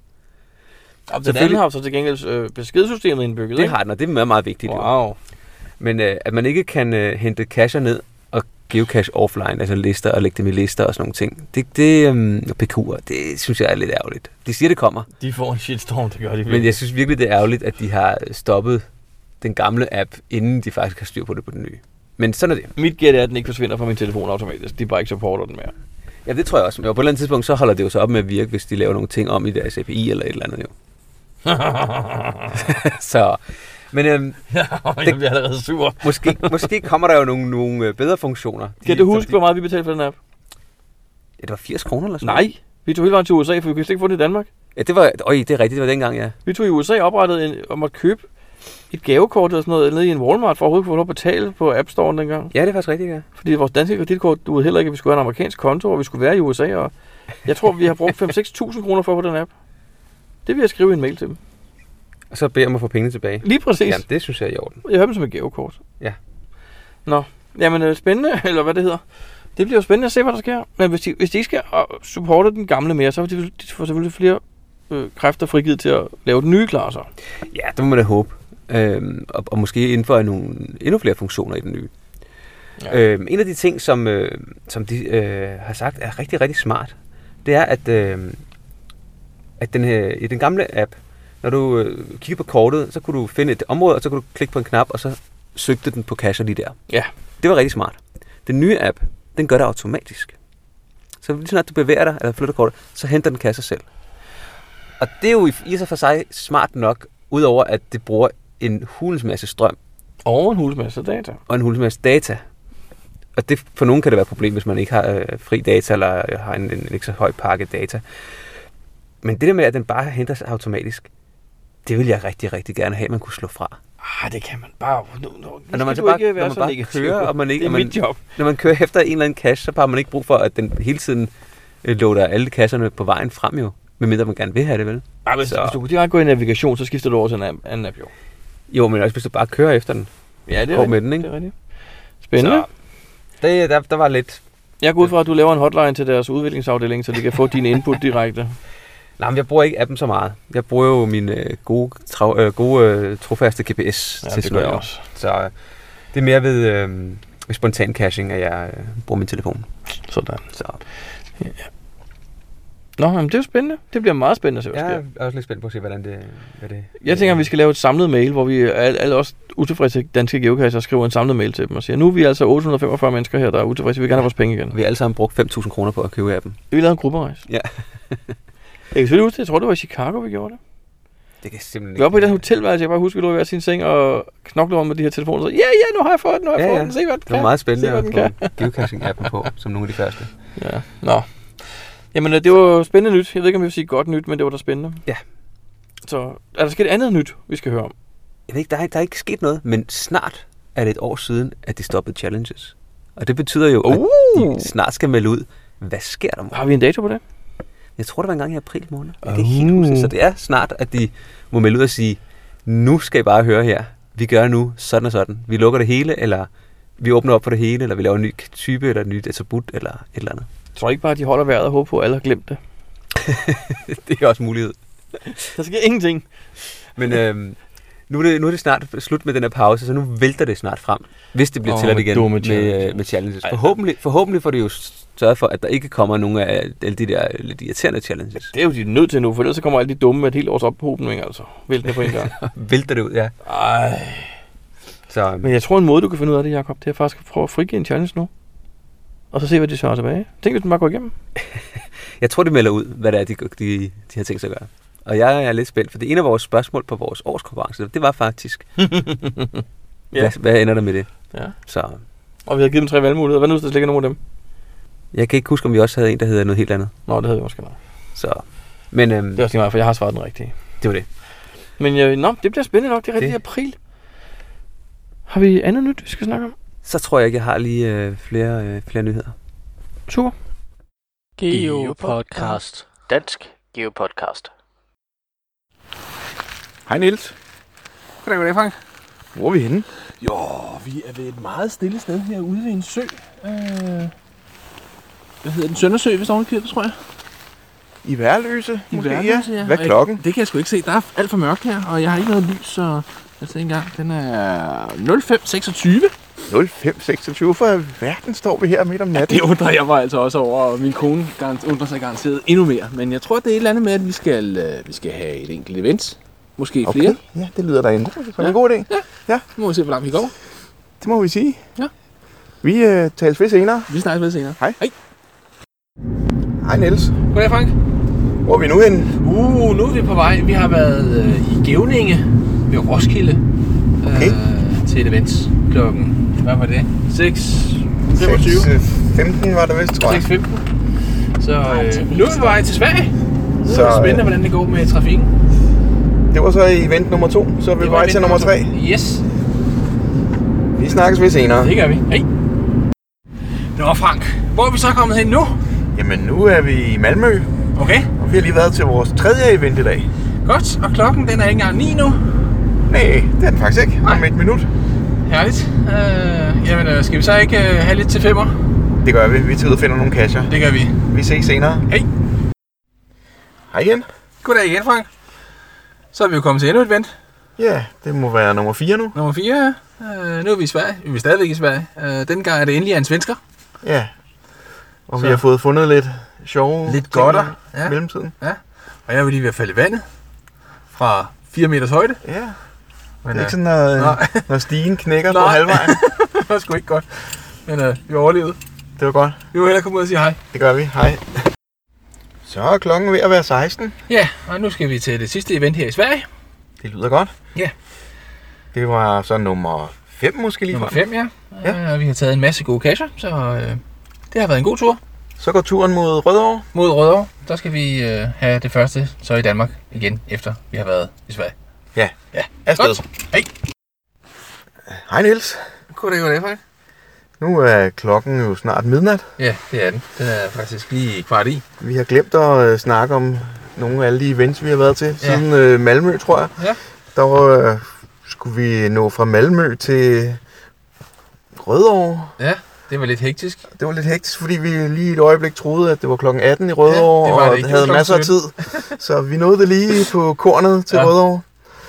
Og den anden har så til gengæld øh, beskedssystemet indbygget, Det ikke? har den, og det er meget, meget vigtigt. Wow. Jo. Men øh, at man ikke kan øh, hente cacher ned og geocache offline, altså lister og lægge dem i lister og sådan nogle ting, det, det øh, P Q'er, det synes jeg er lidt ærgerligt. De siger, det kommer. De får en shitstorm, det gør de virkelig. Men jeg synes virkelig, det er ærgerligt, at de har stoppet den gamle app, inden de faktisk har styr på det på den nye. Men sådan er det. Mit gæt er, at den ikke forsvinder fra min telefon automatisk. De bare ikke supporter den mere. Ja, det tror jeg også. Men på et eller andet tidspunkt, så holder det jo så op med at virke, hvis de laver nogle ting om i deres A P I eller et eller andet jo. så, men øhm, ja, jeg bliver allerede sur. måske, måske kommer der jo nogle, nogle bedre funktioner. Kan du huske, de, hvor meget vi betalte for den app? Ja, det var firs kroner eller sådan. Nej, vi tog hele vejen til U S A, for vi kunne slet ikke få det i Danmark. Ja, det var, øj, det er rigtigt, det var dengang, ja. Vi tog i U S A oprettede en, og måtte købe et gavekort eller sådan noget nede i en Walmart, for at overhovedet kunne få lov at betale på App Store'en dengang. Ja, det er faktisk rigtigt, ja. Fordi vores danske kreditkort duede heller ikke, at vi skulle have en amerikansk konto, og vi skulle være i U S A, og jeg tror, vi har brugt fem til seks tusind kroner for på den app. Det vil jeg skrive i en mail til dem. Og så beder jeg om at få pengene tilbage. Lige præcis. Jamen, det synes jeg er i orden. Jeg har dem som et gavekort. Ja. Nå, jamen spændende, eller hvad det hedder. Det bliver jo spændende at se, hvad der sker. Men hvis de, hvis de ikke skal supporte den gamle mere, så får de, de får selvfølgelig flere øh, kræfter frigivet til at lave den nye klar så. Ja, det må man da håbe. Øhm, og, og måske indføre nogle endnu flere funktioner i den nye. Ja. Øhm, en af de ting, som, øh, som de øh, har sagt, er rigtig, rigtig smart, det er, at, øh, at den, øh, i den gamle app, når du øh, kigger på kortet, så kunne du finde et område, og så kunne du klikke på en knap, og så søgte den på cacher lige der. Ja. Det var rigtig smart. Den nye app, den gør det automatisk. Så lige snart du bevæger dig, eller flytter kortet, så henter den cacher selv. Og det er jo i sig for sig smart nok, udover at det bruger en hulens masse strøm. Og en hulens masse data. Og en hulens masse data. Og det, for nogen kan det være et problem, hvis man ikke har øh, fri data, eller har en, en, en ikke så høj pakke data. Men det der med, at den bare henter sig automatisk, det vil jeg rigtig, rigtig gerne have, at man kunne slå fra. Ah, det kan man bare. Nu, nu, og når man så bare, når man bare kører, og man ikke, det er man, mit job. Når man kører efter en eller anden cache, så har man ikke brug for, at den hele tiden øh, loader alle cacherne på vejen frem jo. Medmindre man gerne vil have det, vel? Ah, hvis, hvis du kunne direkte gå i navigation, så skifter du over til en anden app, jo. Jo, men også hvis du bare kører efter den. Ja, det er rigtigt. Med den, ikke? Det er rigtigt. Spændende. Så, det, der, der var lidt... Jeg går ud fra, at du laver en hotline til deres udviklingsafdeling, så de kan få dine input direkte. Nej, men jeg bruger ikke appen så meget. Jeg bruger jo min øh, gode, tra- øh, gode øh, trofaste G P S ja, til det gør jeg også. Så øh, det er mere ved, øh, ved spontan caching, at jeg øh, bruger min telefon. Sådan. Så. Ja. Nå, men det er jo spændende. Det bliver meget spændende at se, hvad ja, sker. Jeg er også lidt spændt på at se, hvordan det... Hvad det jeg tænker, at vi skal lave et samlet mail, hvor vi alle, alle os utilfredse danske geocacher skriver en samlet mail til dem og siger, nu er vi altså otte hundrede og femogfyrre mennesker her, der er utilfredse. Vi vil gerne have vores penge igen. Vi har alle sammen brugt fem tusind kroner på at købe appen. Vi lavede en grupperejse. Ja. Jeg kan selvfølgelig huske det. Jeg tror, det var i Chicago, vi gjorde det. Det kan simpelthen ikke. Vi var på et hotelværelse. Jeg bare husker, at vi lå i hver sin seng og knoklede om med de her telefoner. Så, ja, ja, nu har jeg fået den, nu har jeg ja, fået ja. den. Se, hvad den det kan. var meget spændende Se, at få geocaching-appen på, som nogle af de første. Ja, nå. Jamen, det var spændende nyt. Jeg ved ikke, om jeg vil sige godt nyt, men det var da spændende. Ja. Så er der sket andet nyt, vi skal høre om? Jeg ved ikke, der er, der er ikke sket noget, men snart, er det et år siden, at de stoppede challenges. Og det betyder jo, Uh. at de snart skal melde ud, hvad sker der? Har vi en dato på det? Jeg tror, det var engang i april måned. Jeg kan ikke helt huske det. Så det er snart, at de må melde ud og sige, nu skal I bare høre her. Vi gør nu sådan og sådan. Vi lukker det hele, eller vi åbner op for det hele, eller vi laver en ny type, eller et nyt attribut, eller et eller andet. Jeg tror ikke bare, at de holder vejret og håber på, at alle har glemt det. Det er også en mulighed. Der sker ingenting. Men øhm, nu, er det, nu er det snart slut med den her pause, så nu vælter det snart frem, hvis det bliver Åh, tilladt med igen dumme med, challenges. med, med challenges. Forhåbentlig, forhåbentlig får det jo sørget for, at der ikke kommer nogen af alle de der lidt irriterende challenges. Det er jo de nødt til nu, for ellers så kommer alle de dumme med et helt års ophobning, altså. Vælter det på en gang. Vælter det ud, ja. Ej. Så, øhm, Men jeg tror, en måde, du kan finde ud af det, Jacob, det er faktisk at prøve at frigive en challenge nu. Og så se, hvad de svarer tilbage. Tænk, hvis den bare går igennem. jeg tror, det melder ud, hvad det er, de, de, de har tænkt sig at gøre. Og jeg er lidt spændt, for det ene af vores spørgsmål på vores årskonkurrence, det var faktisk, Ja. hvad, hvad ender der med det? Ja. Så Og vi har givet dem tre valgmuligheder. Hvad nu, hvis der slet ikke er nogen af dem? jeg kan ikke huske, om vi også havde en, der hedder noget helt andet. Nå, det havde vi måske nok. Så, men øhm, Det er også lige meget, for jeg har svaret den rigtige. det var det. Men øh, nå, det bliver spændende nok. Det er rigtig Det- april. Har vi andet nyt, vi skal snakke om? Så tror jeg ikke, jeg har lige øh, flere, øh, flere nyheder. Super. Geopodcast. Dansk Geopodcast. Hej Niels. Goddag, goddag, Frank. Hvor er vi henne? Jo, vi er ved et meget stille sted herude ved en sø. Øh, hvad hedder den? Søndersø, hvis ovenikøbet, tror jeg. I Værløse? I måske, Værløse, ja. ja. Hvad er Og klokken? Jeg, det kan jeg sgu ikke se. Der er alt for mørkt her, og jeg har ikke noget lys, så jeg ser engang. Den er nul fem seksogtyve. nul fem seksogtyve. For verden står vi her midt om natten. Det undrer jeg mig altså også over, og min kone garant- undrer sig garanteret endnu mere. Men jeg tror, det er et eller andet med, at vi skal, øh, vi skal have et enkelt event. Måske Okay, flere. ja, det lyder derinde. Det er en god idé. Ja. Ja. Nu må vi se, hvor langt vi går. Det må vi sige. Ja. Vi øh, tales ved senere. Vi snakkes ved senere. Hej. Hej. Hej Niels. Goddag, Frank. Hvor er vi nu henne? Uh, nu er vi på vej. Vi har været øh, i Gevninge ved Roskilde Okay. øh, til et event klokken, hvad var det? seks femogtyve? seks femten var det vist, tror jeg. seks femten. Så øh, nu er vi på vej til Sverige. Så, Så, det er øh, spændende, hvordan det går med trafikken. Det var så event nummer to. Så er vi Det på var vej event til nummer tre. to. Yes, Vi snakkes ved senere. det gør vi. Hej. Nå Frank, hvor er vi så kommet hen nu? Jamen nu er vi i Malmø. Okay, Og vi har lige været til vores tredje event i dag. godt. Og klokken den er ikke engang ni nu. Nej, det er den faktisk ikke. Om Nej. et minut. Herligt. Øh, jamen, øh, skal vi så ikke øh, have lidt til femmer? Det gør vi. Vi tager ud og finder nogle casher. Det gør vi. Vi ses senere. Hej. Hej igen. Goddag igen, Frank. Så er vi jo kommet til endnu et event. Ja, det må være nummer fire nu. Nummer fire. Øh, nu er vi i Sverige. Vi er stadigvæk i Sverige. Øh, den gang er det endelig af en svensker. Ja. Og Så. vi har fået fundet lidt sjove Lidt ting godter. i Ja. mellemtiden. Og jeg vil lige ved at falde i vandet. Fra fire meters højde. Ja. Men, Det er ikke sådan, når, nej. når stigen knækker på Nej. halvvejen. det var sgu ikke godt. Men øh, vi overlevede. Det var godt. Vi må hellere komme ud og sige hej. Det gør vi. Hej. Så er klokken ved at være seksten. Ja, og nu skal vi til det sidste event her i Sverige. Det lyder godt. Ja. Det var så nummer fem måske lige Nummer frem. fem, ja. Ja. ja. Og vi har taget en masse gode casher, så øh, det har været en god tur. Så går turen mod Rødovre. Mod Rødovre, der skal vi øh, have det første så i Danmark igen, efter vi har været i Sverige. Ja. Ja, Afsted. godt. Hej. Hej Niels. Goddag, goddag, Frank. Nu er klokken jo snart midnat. Ja, det er den. Den er faktisk lige kvart i. Vi har glemt at øh, snakke om nogle af alle de events, vi har været til. Ja. Siden øh, Malmø, tror jeg. Ja. Der var, øh, skulle vi nå fra Malmø til Rødovre. Ja, det var lidt hektisk. Det var lidt hektisk, fordi vi lige et øjeblik troede, at det var klokken atten i Rødovre, Ja, det var det og ikke. havde Det var masser af tid. klokken Så vi nåede det lige på kornet til Ja. ja. Rødovre.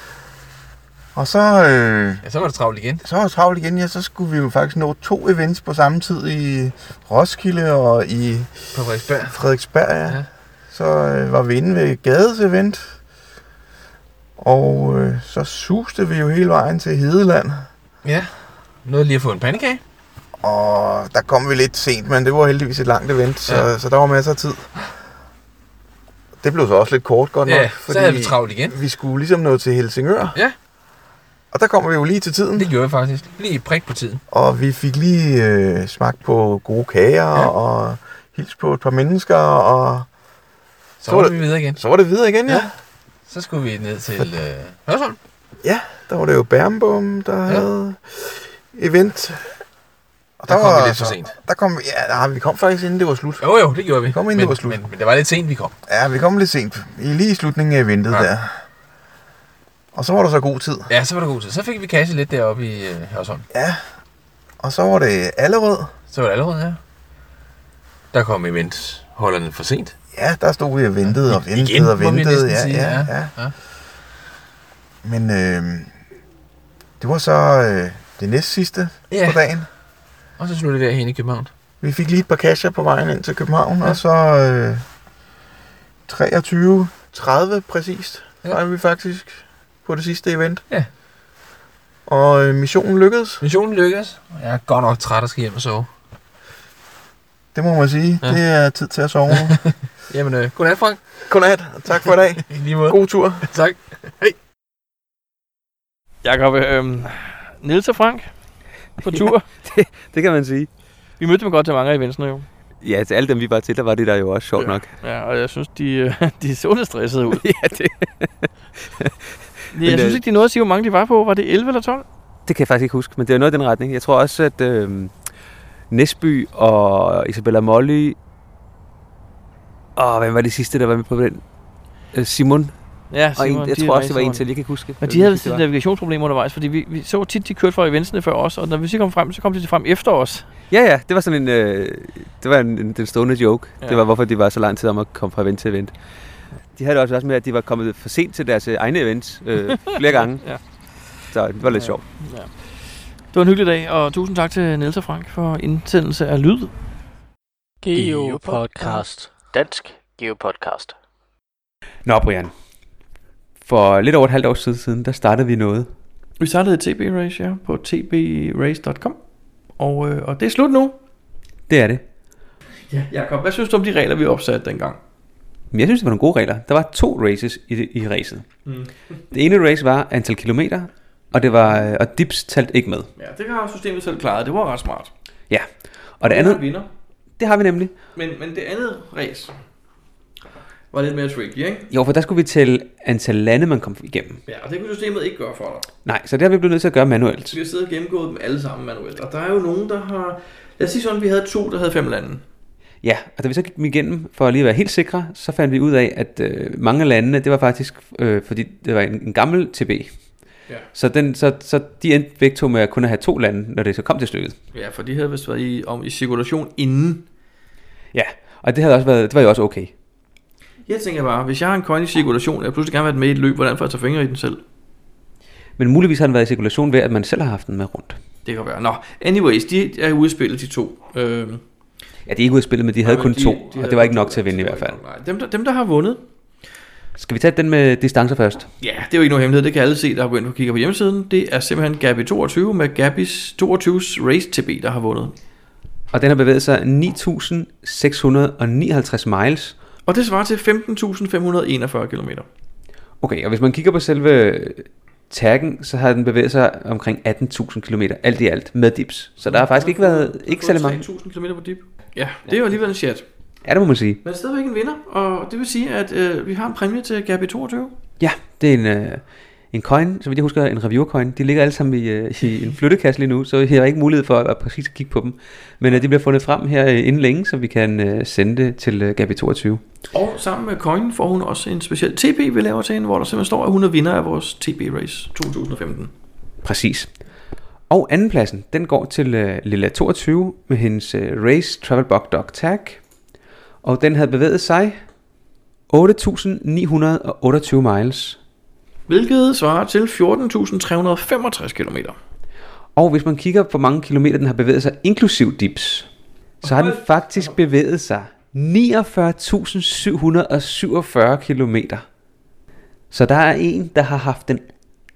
Og så, øh, Ja, så var det travlt igen. så var det travlt igen. Ja, så skulle vi jo faktisk nå to events på samme tid i Roskilde og i På Frederiksberg. Frederiksberg. Ja. Ja. Så øh, var vi inde ved Gades event. Og øh, så suste vi jo hele vejen til Hedeland. Ja, nåede lige at få en pandekage. Og der kom vi lidt sent, men det var heldigvis et langt event, så, Ja. så der var masser af tid. Det blev så også lidt kort godt nok, Ja, så havde vi travlt igen. vi skulle ligesom nå til Helsingør. Ja. Og der kommer vi jo lige til tiden. Det gjorde vi faktisk. Lige prik på tiden. Og vi fik lige øh, smagt på gode kager Ja. ja. og hils på et par mennesker, og Så, Så var var det det- vi videre igen. så var det videre igen, ja. Ja. ja. Så skulle vi ned til øh, Hørsholm. Der var det jo Bernbom, der Ja. ja. havde event. Og der, der kom var, vi lidt for sent. Der kom, ja, der, vi kom faktisk inden det var slut. Jo jo, det gjorde vi. Vi kom inden men, det var slut. Men, men det var lidt sent, vi kom. Ja, vi kom lidt sent. Lige i slutningen af eventet ja. der. Og så var der så god tid. Ja, så var der god tid. Så fik vi kasse lidt deroppe i øh, Hørsholm. Ja, og så var det Allerød. Så var det Allerød, ja. Der kom eventholderne for sent. Ja, der stod vi og ventede og ventede Igen, og ventede. Ja, sige. Ja, ja, ja. Men øh, det var så øh, det næst sidste ja. på dagen. Og så sluttede vi derhen i København. Vi fik lige et par casher på vejen ind til København, ja. og så øh, treogtyve tredive præcist ja. var vi faktisk på det sidste event. Ja. Og øh, missionen lykkedes. Missionen lykkedes. Jeg er godt nok træt og skal hjem og sove. Det må man sige. Ja. Det er tid til at sove nu. Jamen, øh, godnat, Frank. Godnat, og tak for i dag. I lige måde. God tur. Tak. Hej. Jakob, øh, Niels og Frank på tur. Ja, det, det kan man sige. Vi mødte dem godt til mange af eventsene jo. Ja, til alle dem, vi var til, der var det der jo også sjovt ja. nok. Ja, og jeg synes, de, de så lidt stressede ud. ja, det... jeg men, synes ikke, de nåede at sige, hvor mange de var på. Var det elleve eller tolv? Det kan jeg faktisk ikke huske, men det er noget i den retning. Jeg tror også, at øh, Næsby og Isabella Molly og hvem var det sidste, der var med på den? Simon. Ja, Simon. Og en, jeg tror også, det var en til, jeg kan ikke huske. Men de havde et navigationsproblem undervejs, fordi vi, vi så tit, de kørte fra eventsene før os, og når vi så kom frem, så kom de frem efter os. Ja, ja, det var sådan en, øh, det var en, en, den stående joke. Ja. Det var, hvorfor de var så lang tid om at komme fra event til event. De havde også også med, at de var kommet for sent til deres egne events øh, flere gange. ja. Så det var lidt ja. sjovt. Ja. Det var en hyggelig dag, og tusind tak til Niels og Frank for indsendelse af lyd. GeoPodcast. Dansk GeoPodcast. Nå, Brian. For lidt over et halvt år siden, der startede vi noget. Vi startede et T B-race, ja, på t b race punktum com. Og, øh, og det er slut nu. Det er det. Ja, Jakob, hvad synes du om de regler, vi opsatte dengang? Jeg synes, det var nogle gode regler. Der var to races i, i racet. Mm. Det ene race var antal kilometer, og det var og dips talt ikke med. Ja, det har systemet selv klaret. Det var ret smart. Ja. Og det andet vinder. Det har vi nemlig. Men, men det andet race var lidt mere tricky, ikke? Jo, for der skulle vi tælle antal lande, man kom igennem. Ja, og det kunne systemet ikke gøre for dig. Nej, så det har vi blevet nødt til at gøre manuelt. Vi har siddet og gennemgået dem alle sammen manuelt. Og der er jo nogen, der har... Lad os sige sådan, vi havde to, der havde fem lande. Ja, og da vi så gik dem igennem, for at lige være helt sikre, så fandt vi ud af, at øh, mange af landene, det var faktisk, øh, fordi det var en, en gammel T B. Ja. Så, den, så, så de endte begge to med at kunne have to lande, når det så kom til stykket. Ja, for de havde vist været i, om, i cirkulation inden. Ja, og det havde også været, det var jo også okay. Jeg tænker bare, hvis jeg har en coin i cirkulation, og jeg pludselig gerne vil have med i et løb, hvordan får jeg tage fingre i den selv? Men muligvis har den været i cirkulation ved, at man selv har haft den med rundt. Det kan være. Nå, anyways, de er ude at spille, de to. Øh... Ja, de er ikke ude at spille, men de havde nej, kun de, to, de og det var ikke nok til at vinde i hvert fald. Nej, dem der, dem, der har vundet. Skal vi tage den med distancer først? Ja, det er jo ikke nogen hemmelighed, det kan alle se, der har begyndt at kigge på hjemmesiden. Det er simpelthen Gabi toogtyve med Gabis toogtyves Race T B, der har vundet. Og den har bevæget sig ni tusind seks hundrede nioghalvtreds miles. Og det svarer til femten tusind fem hundrede enogfyrre kilometer. Okay, og hvis man kigger på selve taggen, så har den bevæget sig omkring atten tusind kilometer, alt i alt, med dips. Så der har faktisk ikke været, ikke særlig mange. tre tusind kilometer på dip. Ja, det er jo alligevel en chat. Ja, det må man sige. Men det er stadigvæk en vinder, og det vil sige, at øh, vi har en præmie til Gabi toogtyve. Ja, det er en, øh, en coin, så vidt jeg husker, en reviewer-coin. De ligger alle sammen i, øh, i en flyttekasse lige nu, så jeg har ikke mulighed for at, at præcis kigge på dem. Men øh, de bliver fundet frem her øh, inden længe, så vi kan øh, sende det til øh, Gabi toogtyve. Og sammen med coin får hun også en speciel T B, vi laver til hende, hvor der simpelthen står, at hun er vinder af vores T B-race to tusind og femten. Præcis. Og andenpladsen, den går til øh, Lilla toogtyve med hendes øh, Race Travel Bug Dog Tag. Og den havde bevæget sig otte tusind ni hundrede otteogtyve miles. Hvilket svarer til fjorten tusind tre hundrede femogtres kilometer. Og hvis man kigger på, hvor mange kilometer den har bevæget sig, inklusiv dips, så har den faktisk bevæget sig niogfyrre tusind syv hundrede syvogfyrre kilometer. Så der er en, der har haft den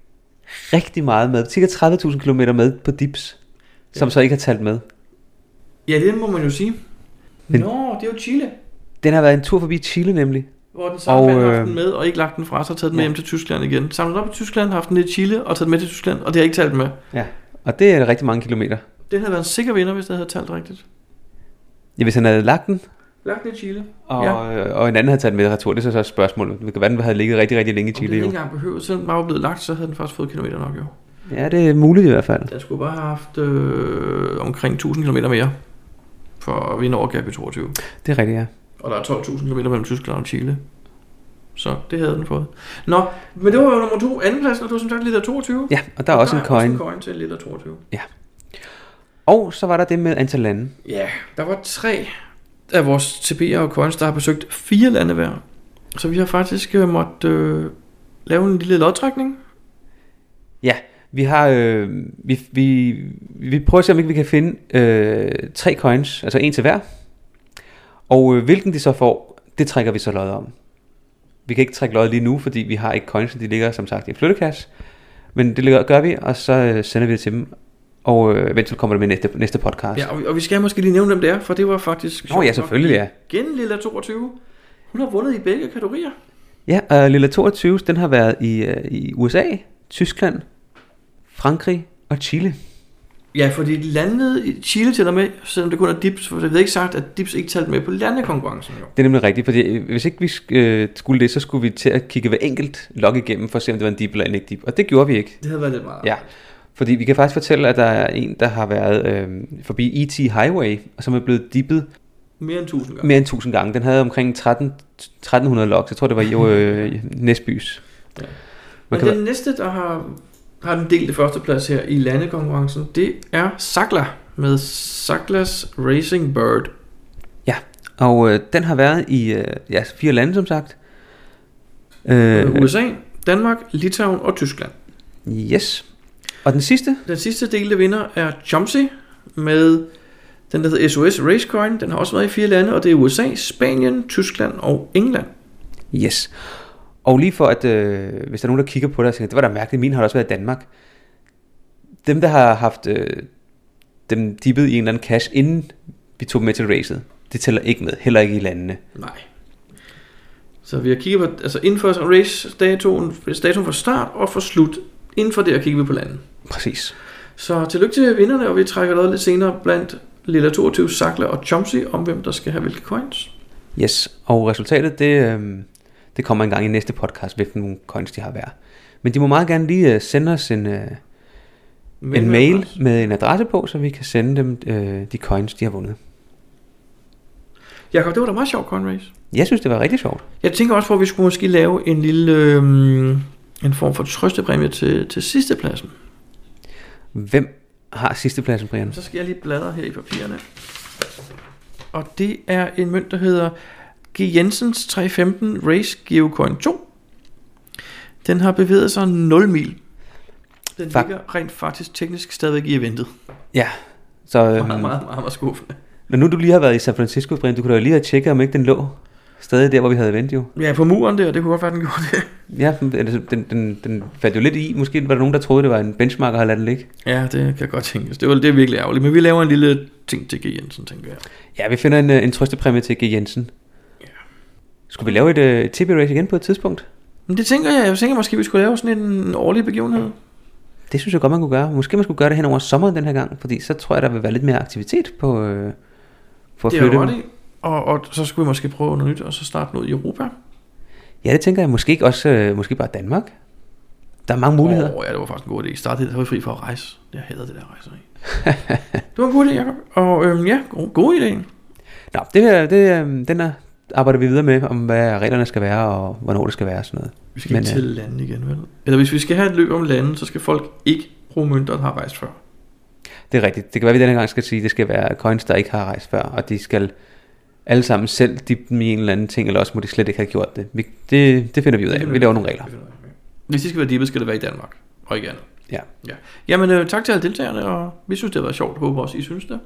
rigtig meget med, cirka tredive tusind kilometer med på dips, som ja. så ikke har talt med. Ja, det må man jo sige. Men nå, det er jo Chile. Den har været en tur forbi Chile nemlig. Hvor den samme mand har haft den med, og ikke lagt den fra sig, og taget den med ja. hjem til Tyskland igen. Samlet op i Tyskland, haft den i Chile, og taget den med til Tyskland, og det har ikke talt med. Ja, og det er rigtig mange kilometer. Den havde været en sikker vinder, hvis det havde talt rigtigt. Ja, hvis han havde lagt den. Lagt den i Chile. Og, ja. og en anden havde taget den med retur, det er så så spørgsmålet. Det kan være, den havde ligget rigtig, rigtig længe i Chile. Om det ikke engang behøvet, selvom den var blevet lagt, så havde den faktisk fået kilometer nok jo. Ja, det er muligt i hvert fald. Den skulle bare have haft øh, omkring tusind kilometer mere, for at vinde over G P toogtyve. Det er rigtigt, ja. Og der er tolv tusind kilometer mellem Tyskland og Chile. Så det havde den fået. Nå, men det var jo nummer to. Andenpladsen, og du var som sagt liter toogtyve. Ja, og der er og også der en coin. Der er også en coin til liter toogtyve. Ja. Og så var der det med antal lande. Ja, der var tre af vores T B'er og coins, der har besøgt fire lande hver. Så vi har faktisk øh, måttet øh, lave en lille lodtrækning. Ja, vi har øh, vi, vi, vi prøver at se, om ikke vi kan finde øh, tre coins, altså en til hver. Og øh, hvilken de så får, det trækker vi så lod om. Vi kan ikke trække lod lige nu, fordi vi har ikke coins, de ligger som sagt i flyttekasse. Men det gør vi, og så øh, sender vi det til dem. Og øh, eventuelt kommer det med næste, næste podcast. Ja, og vi, og vi skal måske lige nævne dem der, for det var faktisk... Nå ja, selvfølgelig, ja. Igen lille toogtyve. Hun har vundet i begge kategorier. Ja, og lille toogtyve, den har været i, øh, i U S A, Tyskland, Frankrig og Chile. Ja, fordi landet i Chile tæller med, selvom det kun er dips, for det er ikke sagt, at dips ikke talt med på landekonkurrencen. Jo. Det er nemlig rigtigt, fordi hvis ikke vi øh, skulle det, så skulle vi til at kigge hver enkelt log igennem, for at se, om det var en dip eller en ikke dip. Og det gjorde vi ikke. Det havde været lidt meget. Ja, fordi vi kan faktisk fortælle, at der er en, der har været øh, forbi E T Highway, og som er blevet dippet mere end tusind gange. Mere end tusind gange. Den havde omkring tretten hundrede logs. Jeg tror, det var jo øh, Næsbys. Ja. Men den være... næste, der har, har den delt det første plads her i landekonkurrencen, det er Sakla med Saklas Racing Bird. Ja, og øh, den har været i øh, ja, fire lande, som sagt. Øh, U S A, Danmark, Litauen og Tyskland. Yes. Og den sidste? Den sidste delte vinder er Chomsey med den, der hedder S O S Racecoin. Den har også været i fire lande, og det er U S A, Spanien, Tyskland og England. Yes. Og lige for at, øh, hvis der er nogen, der kigger på det og tænker, det var da mærkeligt, min har også været i Danmark. Dem, der har haft øh, dem dippet i en eller anden cash, inden vi tog dem med til racet, det tæller ikke med, heller ikke i landene. Nej. Så vi har kigget på, altså inden for race-datoen, datoen for start og for slut, inden for det her kigger vi på landet. Præcis. Så tillykke til vinderne, og vi trækker noget lidt senere blandt Lilla toogtyve, Sakla og Chomsey om hvem der skal have hvilke coins. Yes, og resultatet det, øh, det kommer en gang i næste podcast, hvilke nogle coins de har hver. Men de må meget gerne lige øh, sende os en, øh, en mail adresse. Med en adresse på, så vi kan sende dem øh, de coins de har vundet. Jakob, det var da meget sjovt coin race. Jeg synes det var rigtig sjovt. Jeg tænker også på, at vi skulle måske lave en lille øh, en form for trøstepræmie til, til sidstepladsen. Hvem har sidstepladsen, Brian? Så skal jeg lige bladre her i papirerne. Og det er en mønt, der hedder G. Jensens tre femten Race Geocoin to. Den har bevæget sig nul mil. Den Fak- ligger rent faktisk teknisk stadigvæk i eventet. Ja. Så, øhm, meget, meget, meget, meget skuffende. Men nu du lige har været i San Francisco, Brian, du kunne da lige have tjekket, om ikke den lå stadig der, hvor vi havde event jo. Ja, på muren der, det kunne godt være, den gjorde det. Ja, den, den, den, den faldt jo lidt i. Måske var der nogen, der troede, det var en benchmark, og har ladet den ligge. Ja, det kan godt tænkes. Det var det er virkelig ærgerligt. Men vi laver en lille ting til G. Jensen, tænker jeg. Ja, vi finder en, en trøstepræmie til G. Jensen. Ja. Skulle vi lave et uh, T B-race igen på et tidspunkt? Men det tænker jeg. Jeg tænker måske, vi skulle lave sådan en årlig begivenhed. Det synes jeg godt, man kunne gøre. Måske man skulle gøre det hen over sommeren den her gang, fordi så tror jeg, der vil være lidt mere aktivitet på, øh, på at det flytte. Det er og, og så skulle vi måske prøve noget nyt, og så starte noget i Europa. Ja, det tænker jeg. Måske ikke også, øh, måske bare Danmark. Der er mange muligheder. Åh, oh, ja, det var faktisk en god idé. Startede det, så var vi fri for at rejse. Jeg hader det der rejseri. Det var en god idé, Jacob. Og øhm, ja, god, god idé. Nå, det, det, den er, arbejder vi videre med, om hvad reglerne skal være, og hvornår det skal være, sådan noget. Vi skal ikke til landet igen, vel? Eller hvis vi skal have et løb om landet, så skal folk ikke bruge mønter, der har rejst før. Det er rigtigt. Det kan være, at vi denne gang skal sige, at det skal være coins, der ikke har rejst før, og de skal alle sammen selv dippe dem i en eller anden ting, eller også må de slet ikke have gjort det. Vi, det, det finder vi ud af. Vi laver nogle regler. Hvis de skal være dippet, skal det være i Danmark, og ikke andet. Ja. ja. Jamen, øh, tak til alle deltagerne, og vi synes, det har været sjovt. Håber også, I synes det.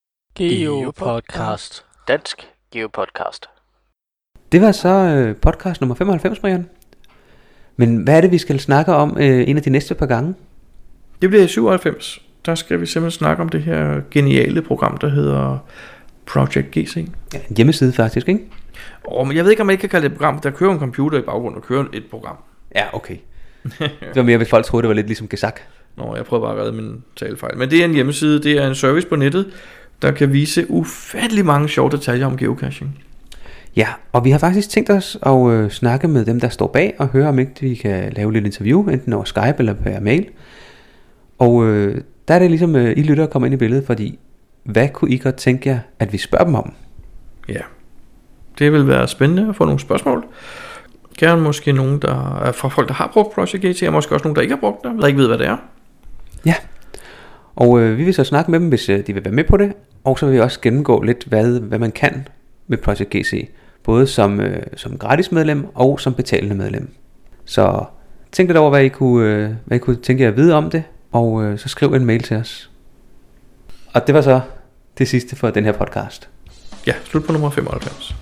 Geopodcast. Dansk Geopodcast. Det var så øh, podcast nummer femoghalvfems, Brian. Men hvad er det, vi skal snakke om øh, en af de næste par gange? Det bliver i syvoghalvfems. Der skal vi simpelthen snakke om det her geniale program, der hedder Project G C. Ja, en hjemmeside faktisk, ikke? Oh, men jeg ved ikke, om man ikke kan kalde det et program. Der kører en computer i baggrunden og kører et program. Ja, okay. Det var mere, hvis folk troede, det var lidt ligesom Gesak. Nå, jeg prøver bare at redde min talefejl. Men det er en hjemmeside, det er en service på nettet, der kan vise ufattelig mange sjove detaljer om geocaching. Ja, og vi har faktisk tænkt os at øh, snakke med dem, der står bag, og høre om ikke vi kan lave lidt interview, enten over Skype eller per mail. Og øh, der er det ligesom, øh, I lytter kommer ind i billedet, fordi hvad kunne I godt tænke jer, at vi spørger dem om? Ja, det vil være spændende at få nogle spørgsmål. Gerne måske nogen, der er fra folk, der har brugt Project G T, og måske også nogen, der ikke har brugt det, eller ikke ved, hvad det er. Ja, og øh, vi vil så snakke med dem, hvis øh, de vil være med på det. Og så vil vi også gennemgå lidt, hvad, hvad man kan med Project G C. Både som, øh, som gratis medlem og som betalende medlem. Så tænk lidt over, hvad I kunne, øh, hvad I kunne tænke jer at vide om det. Og øh, så skriv en mail til os. Og det var så det sidste for den her podcast. Ja, slut på nummer femoghalvfems.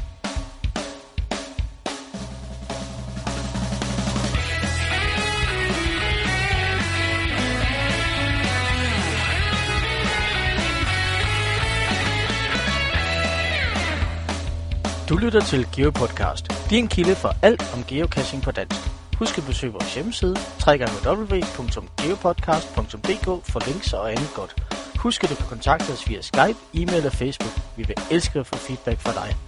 Du lytter til GeoPodcast, din kilde for alt om geocaching på dansk. Husk at besøge vores hjemmeside, w w w punktum geopodcast punktum d k for links og andet godt. Husk at du kan kontakte os via Skype, e-mail og Facebook. Vi vil elske at få feedback fra dig.